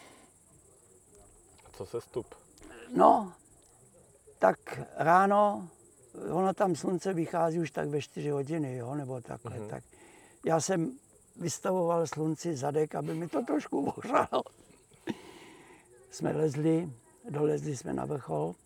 A co se stup? No, tak ráno, ono tam slunce vychází už tak ve čtyři hodiny, jo, nebo takhle. Mhm. Tak já jsem vystavoval slunci zadek, aby mi to trošku ohřálo. Jsme lezli, dolezli jsme na vrchol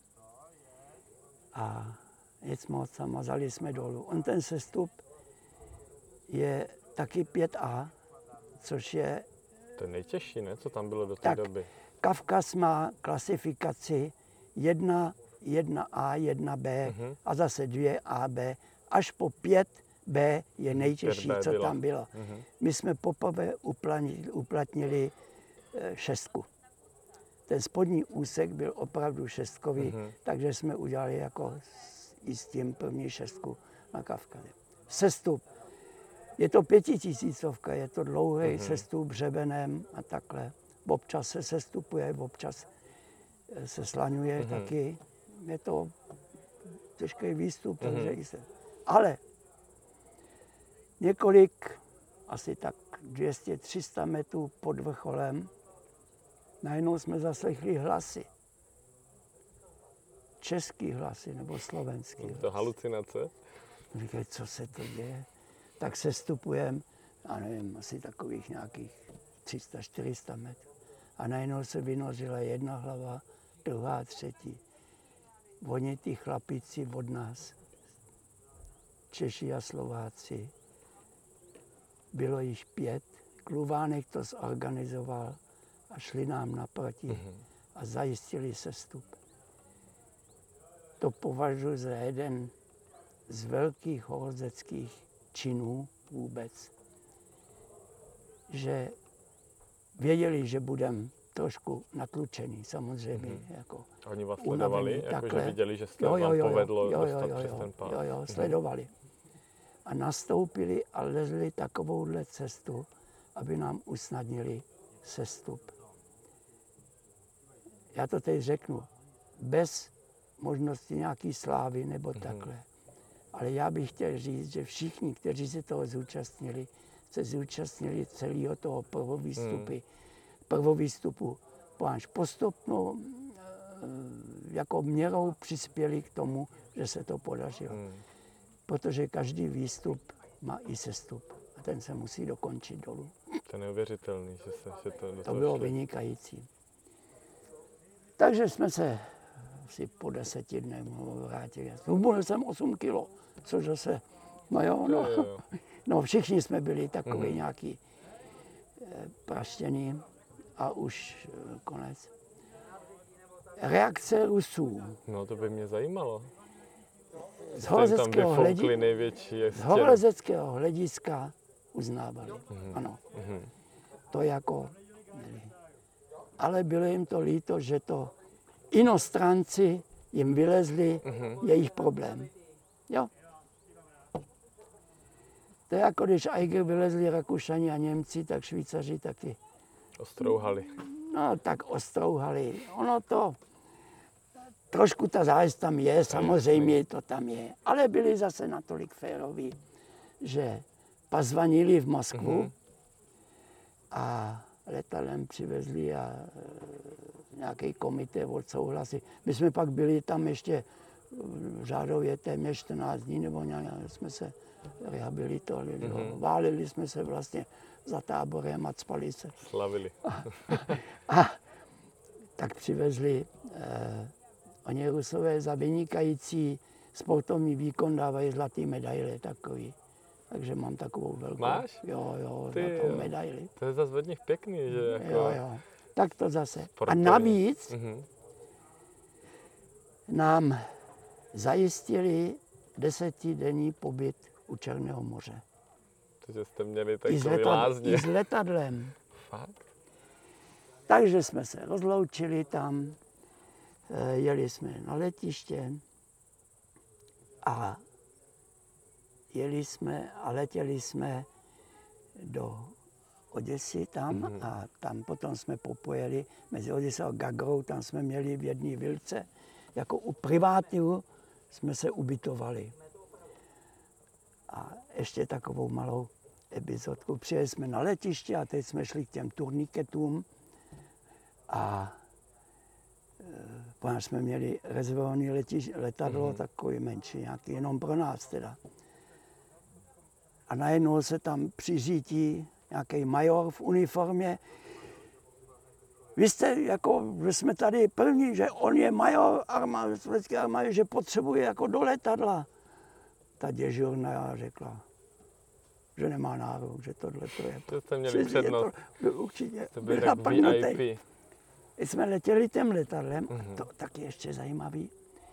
a nic moc a mazali jsme dolů. On ten sestup je taky pět A, což je, To je nejtěžší, ne? Co tam bylo do té Tak. doby? Kavkaz má klasifikaci jedna, jedna A, jedna B Mhm. a zase dvě A, B. Až po pět B je nejtěžší, pět B co bylo. tam bylo. Mhm. My jsme poprvé uplatnili, uplatnili eh, šestku. Ten spodní úsek byl opravdu šestkový, Mhm. takže jsme udělali jako s, i s tím první šestku na Kavkaze. Sestup. Je to pětitisícovka, je to dlouhý Mhm. sestup hřebenem a takhle. Občas se sestupuje, občas eh, se slaňuje Mhm. taky. Je to těžký výstup, Mhm. takže i se. Ale několik, asi tak dvě stě tři sta metrů pod vrcholem, najednou jsme zaslechli hlasy. Český hlasy nebo slovenský To hlasy. halucinace? Říkají, co se to děje? Tak se stupujeme, já nevím, asi takových nějakých tři sta čtyři sta metrů. A najednou se vynořila jedna hlava, druhá, třetí. Oni ty chlapíci od nás, Češi a Slováci, bylo již pět. Kluvánek to zorganizoval a šli nám naproti Mhm. a zajistili sestup. To považuji za jeden z velkých horolezeckých činů vůbec, že věděli, že budeme trošku natlučený, samozřejmě, Mhm. jako A oni vás unavený, sledovali? Jako, že takhle. viděli, že se Jo, jo, vám jo, jo. povedlo Jo, jo, dostat jo, přes jo. ten pád? Jo, jo, Mhm. sledovali. A nastoupili a lezli takovouhle cestu, aby nám usnadnili sestup. Já to teď řeknu, bez možnosti nějaký slávy nebo Mhm. takhle. Ale já bych chtěl říct, že všichni, kteří se toho zúčastnili, se zúčastnili celého toho prvovýstupy, Hmm. prvovýstupu. Páč postupnou eh, jako měrou přispěli k tomu, že se to podařilo. Hmm. Protože každý výstup má i sestup a ten se musí dokončit dolů. To je neuvěřitelný, že se že to do To toho bylo šli. vynikající. Takže jsme se asi po deseti dnech vrátili. Zhubnul jsem osm kilo, což zase, no jo, no, Jo, jo, jo. no všichni jsme byli takový Mhm. nějaký eh, praštěný a už eh, konec. Reakce Rusů No to by mě zajímalo. z Jste jim tam horolezeckého, vyfoukli hledi, největší z stěnu. horolezeckého hlediska uznávali. Mhm. Ano, Mhm. to jako měli. Ale bylo jim to líto, že to inostranci jim vylezli, Mhm. jejich problém. Jo. To je jako když Eiger vylezli Rakušani a Němci, tak Švýcaři taky. Ostrouhali. No tak ostrouhali. Ono to, trošku ta zájezd tam je, samozřejmě to tam je. Ale byli zase natolik féroví, že pozvanili v Moskvu mm-hmm. a letadlem přivezli a nějaký komité odsouhlasí. My jsme pak byli tam ještě řádově téměř čtrnáct dní, nebo nějak jsme se rehabilitovali. Mm-hmm. Válili jsme se vlastně za táborem a cpali se. Slavili. A, a tak přivezli, eh, oni Rusové za vynikající sportovní výkon dávají zlatý medaile takový. Takže mám takovou velkou. Máš? Jo, jo, Ty, zlatou jo. medaili. To je zase od nich pěkný, že jako... Jo, jo. Tak to zase. Sportovní. A navíc Mm-hmm. nám zajistili desetidenní pobyt u Černého moře. Takže jste měli I s, takový letad, lázně. I s letadlem. Fakt? Takže jsme se rozloučili tam, jeli jsme na letiště a jeli jsme a letěli jsme do Oděsy tam mm-hmm. a tam potom jsme popojeli mezi Oděsou a Gagrou, tam jsme měli v jedné vilce, jako u privátu jsme se ubytovali. A ještě takovou malou epizodku. Přijeli jsme na letiště a teď jsme šli k těm turniketům a e, jsme měli rezervované letadlo, mm-hmm. takový menší, nějaký, jenom pro nás teda. A najednou se tam přiřítí nějaký major v uniformě. Vy jste jako, že jsme tady první, že on je major armády, sovětské armády, že potřebuje jako do letadla. Ta děžurna řekla, že nemá nárok, že tohle to je. To jste měli přednost. To, určitě. To byl tak V I P. Jsme letěli tím letadlem, mm-hmm. a to taky ještě zajímavý.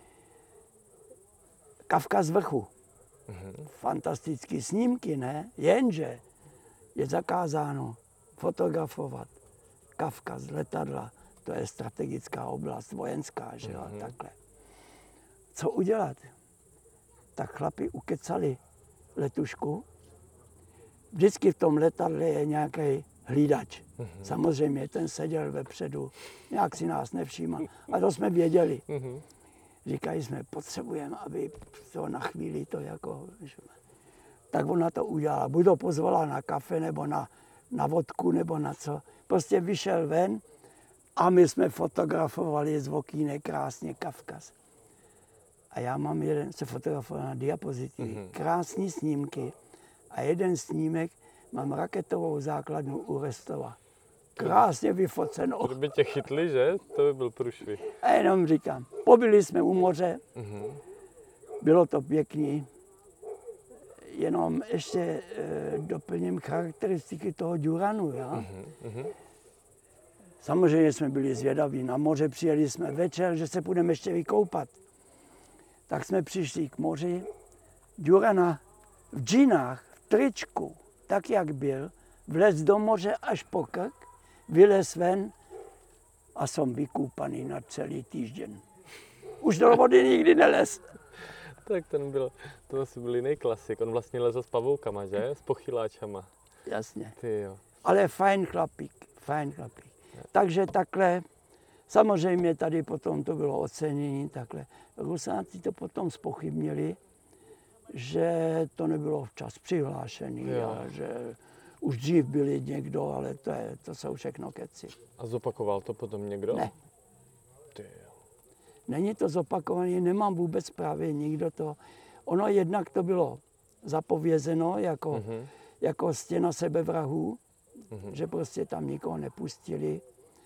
Kavkaz z vrchu. Mm-hmm. Fantastické snímky, ne? Jenže je zakázáno fotografovat Kavkaz z letadla. To je strategická oblast, vojenská, že jo, mm-hmm. takhle. Co udělat? Tak chlapi ukecali letušku. Vždycky v tom letadle je nějaký hlídač. Mm-hmm. Samozřejmě ten seděl vepředu, nějak si nás nevšímal. A to jsme věděli. Mm-hmm. Říkali jsme, potřebujeme, aby to na chvíli to jako... Tak ona to udělala. Buď to pozvala na kafe, nebo na, na vodku, nebo na co. Prostě vyšel ven a my jsme fotografovali z okýnek krásně Kavkaz. A já mám jeden, se fotografoval na diapozitivy, mm-hmm. krásné snímky. A jeden snímek mám raketovou základnu u Restova. Krásně vyfoceno. Kdyby tě chytli, že? To by byl průšvih. A jenom říkám, pobyli jsme u moře, mm-hmm. bylo to pěkný. Jenom ještě e, doplním charakteristiky toho Duranu. Ja? Mm-hmm. Samozřejmě jsme byli zvědaví na moře, přijeli jsme večer, že se půjdeme ještě vykoupat. Tak jsme přišli k moři. Durana v džínách, v tričku, tak jak byl, vlez do moře až po krk, vylez ven a jsem vykoupaný na celý týždeň. Už do vody nikdy nelez. Tak ten byl, to asi byl jiný klasik. On vlastně lezl s pavoukama, že? S pochyláčama. Jasně. Ty jo. Ale fajn chlapík, fajn chlapík. Takže takhle, samozřejmě tady potom to bylo ocenění, takhle. Rusáci to potom zpochybnili, že to nebylo včas přihlášený a že už dřív byli někdo, ale to, je, to jsou všechno keci. A zopakoval to potom někdo? Ne. Ty jo. Není to zopakované, nemám vůbec právě nikdo to. Ono jednak to bylo zapovězeno jako, mm-hmm. jako stěna sebevrahů, mm-hmm. že prostě tam nikoho nepustili.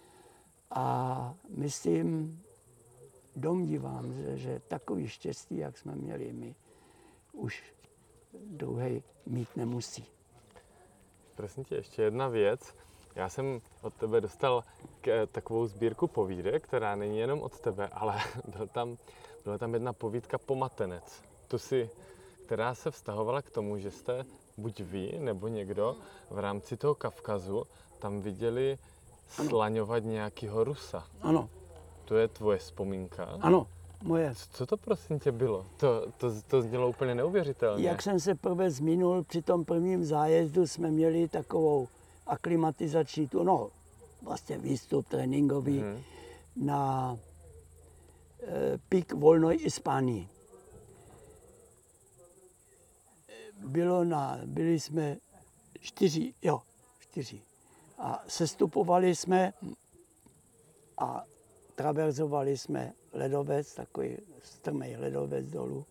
A myslím, domnívám se, že takový štěstí, jak jsme měli my, už druhý mít nemusí. Prosím tě, ještě jedna věc. Já jsem od tebe dostal k, takovou sbírku povídek, která není jenom od tebe, ale byl tam, byla tam jedna povídka Pomatenec. Tu si, která se vztahovala k tomu, že jste buď vy nebo někdo v rámci toho Kavkazu tam viděli slaňovat nějakýho Rusa. Ano. To je tvoje vzpomínka? Ano. moje. Co to prosím tě bylo? To, to, to znělo úplně neuvěřitelně. Jak jsem se prvé zmínil, při tom prvním zájezdu jsme měli takovou aklimatizační tu, no vlastně výstup tréninkový Mhm. na e, Pík Volnoj Ispánii. Bylo na, byli jsme čtyři, jo, čtyři. A sestupovali jsme a traverzovali jsme ledovec, takový strmej ledovec dolů.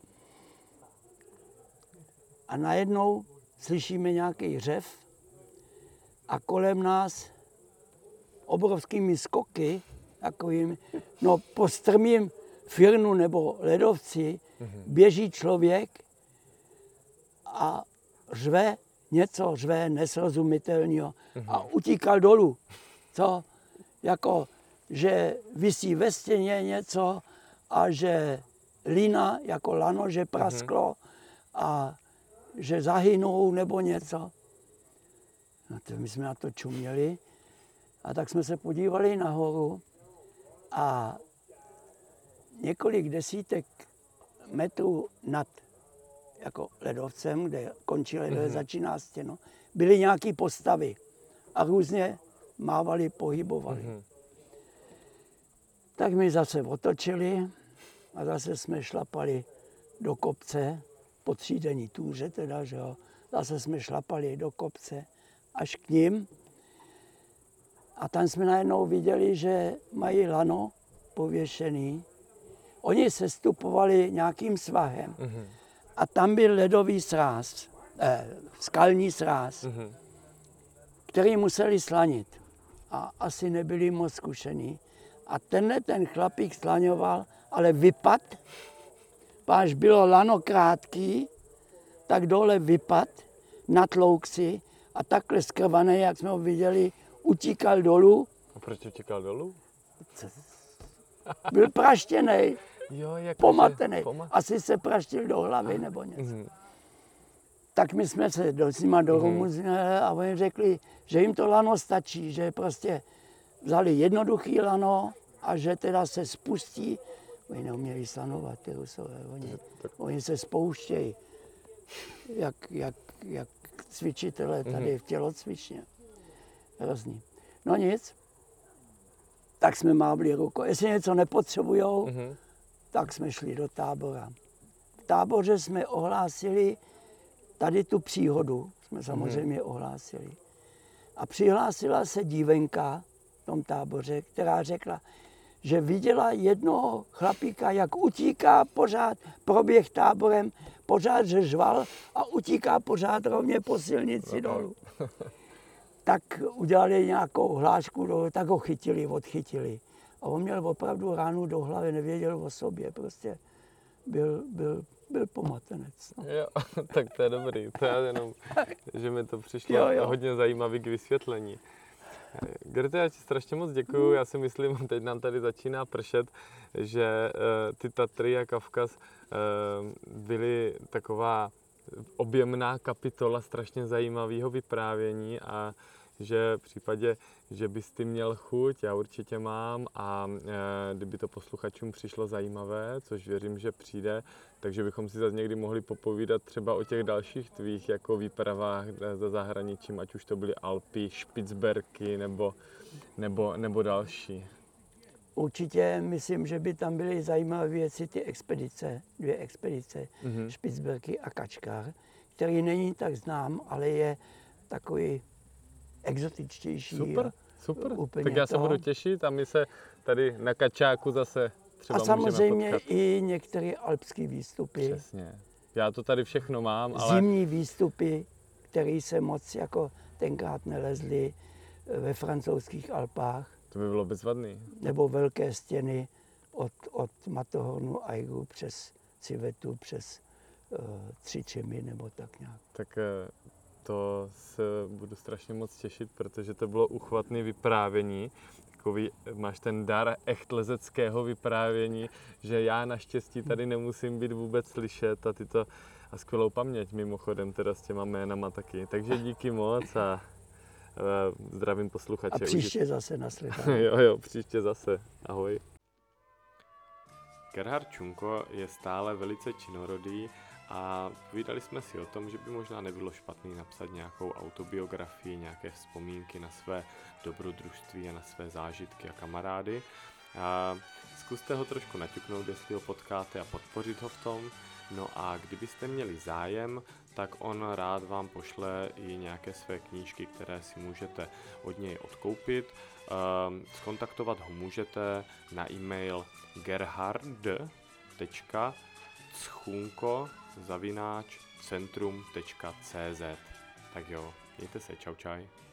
A najednou slyšíme nějaký řev a kolem nás obrovskými skoky, takovým, no po strmým firnu nebo ledovci běží člověk a řve něco, řve nesrozumitelného a utíkal dolů. Co? Jako, že visí ve stěně něco a že lína, jako lano, že prasklo a že zahynou nebo něco. No to my jsme na to čuměli a tak jsme se podívali nahoru a několik desítek metrů nad jako ledovcem, kde končí ledovec, mm-hmm. začíná stěno, byly nějaké postavy a různě mávali, pohybovali. Mm-hmm. Tak my zase otočili a zase jsme šlapali do kopce, po třídenní túře teda, že jo. Zase jsme šlapali do kopce až k ním a tam jsme najednou viděli, že mají lano pověšený. Oni sestupovali nějakým svahem mm-hmm. a tam byl ledový sráz, eh, skalní sráz, mm-hmm. který museli slanit a asi nebyli moc zkušení. A tenhle ten chlapík slaňoval, ale vypad, páž bylo lano krátký, tak dole vypad, natlouk si a takhle skrvaný, jak jsme ho viděli, utíkal dolů. A proč utíkal dolů? Byl praštěnej, jo, jak pomatený. Pomat... Asi se praštil do hlavy ah. nebo něco. Mm-hmm. Tak my jsme se do, s nima do Rumu mm-hmm. a oni řekli, že jim to lano stačí, že prostě vzali jednoduchý lano a že teda se spustí. Oni neuměli slanovat, ty Rusové. Oni, oni se spouštějí, jak, jak, jak cvičitelé tady v tělocvičně. Hrozný. No nic, tak jsme mávli rukou. Jestli něco nepotřebujou, mm-hmm. tak jsme šli do tábora. V táboře jsme ohlásili tady tu příhodu, jsme samozřejmě mm-hmm. ohlásili. A přihlásila se dívenka v tom táboře, která řekla, že viděla jednoho chlapíka, jak utíká pořád, proběh táborem, pořád řežval a utíká pořád rovně po silnici dolů. Tak udělali nějakou hlášku, tak ho chytili, odchytili. A on měl opravdu ránu do hlavy, nevěděl o sobě, prostě byl, byl, byl pomatenec. No. Jo, tak to je dobrý, to je jenom, že mi to přišlo jo, jo. hodně zajímavý k vysvětlení. Gerto, já ti strašně moc děkuju, já si myslím, teď nám tady začíná pršet, že uh, ty Tatry a Kavkaz uh, byly taková objemná kapitola strašně zajímavého vyprávění a že v případě, že bys ty měl chuť, já určitě mám a e, kdyby to posluchačům přišlo zajímavé, což věřím, že přijde, takže bychom si zase někdy mohli popovídat třeba o těch dalších tvých jako výpravách za zahraničím, ať už to byly Alpy, Špicberky nebo, nebo, nebo další. Určitě myslím, že by tam byly zajímavé věci ty expedice, dvě expedice, mm-hmm. Špicberky a Kačkar, který není tak znám, ale je takový exotičtější. Super, super. Úplně tak já se to. budu těšit a my se tady na Kačáku zase třeba a samozřejmě můžeme potkat. I některé alpské výstupy. Přesně. Já to tady všechno mám, ale... Zimní výstupy, které se moc jako tenkrát nelezly ve francouzských Alpách. To by bylo bezvadný. Nebo velké stěny od, od Matterhornu, Aigu přes Civetu, přes uh, Třičemi nebo tak nějak. Tak to se budu strašně moc těšit, protože to bylo uchvatné vyprávění. Takový, máš ten dar echt lezeckého vyprávění, že já naštěstí tady nemusím být vůbec slyšet a ty to a skvělou paměť mimochodem teda s těma jménama taky. Takže díky moc a, a zdravím posluchače. A příště zase naslyšenou. jo, jo, příště zase. Ahoj. Gerhard Čunko je stále velice činorodý a povídali jsme si o tom, že by možná nebylo špatný napsat nějakou autobiografii, nějaké vzpomínky na své dobrodružství a na své zážitky a kamarády. A zkuste ho trošku naťuknout, jestli ho potkáte, a podpořit ho v tom. No a kdybyste měli zájem, tak on rád vám pošle i nějaké své knížky, které si můžete od něj odkoupit. Skontaktovat ho můžete na e-mail gerhard tečka chunko zavináč centrum tečka cz. Tak jo, mějte se, čau čaj.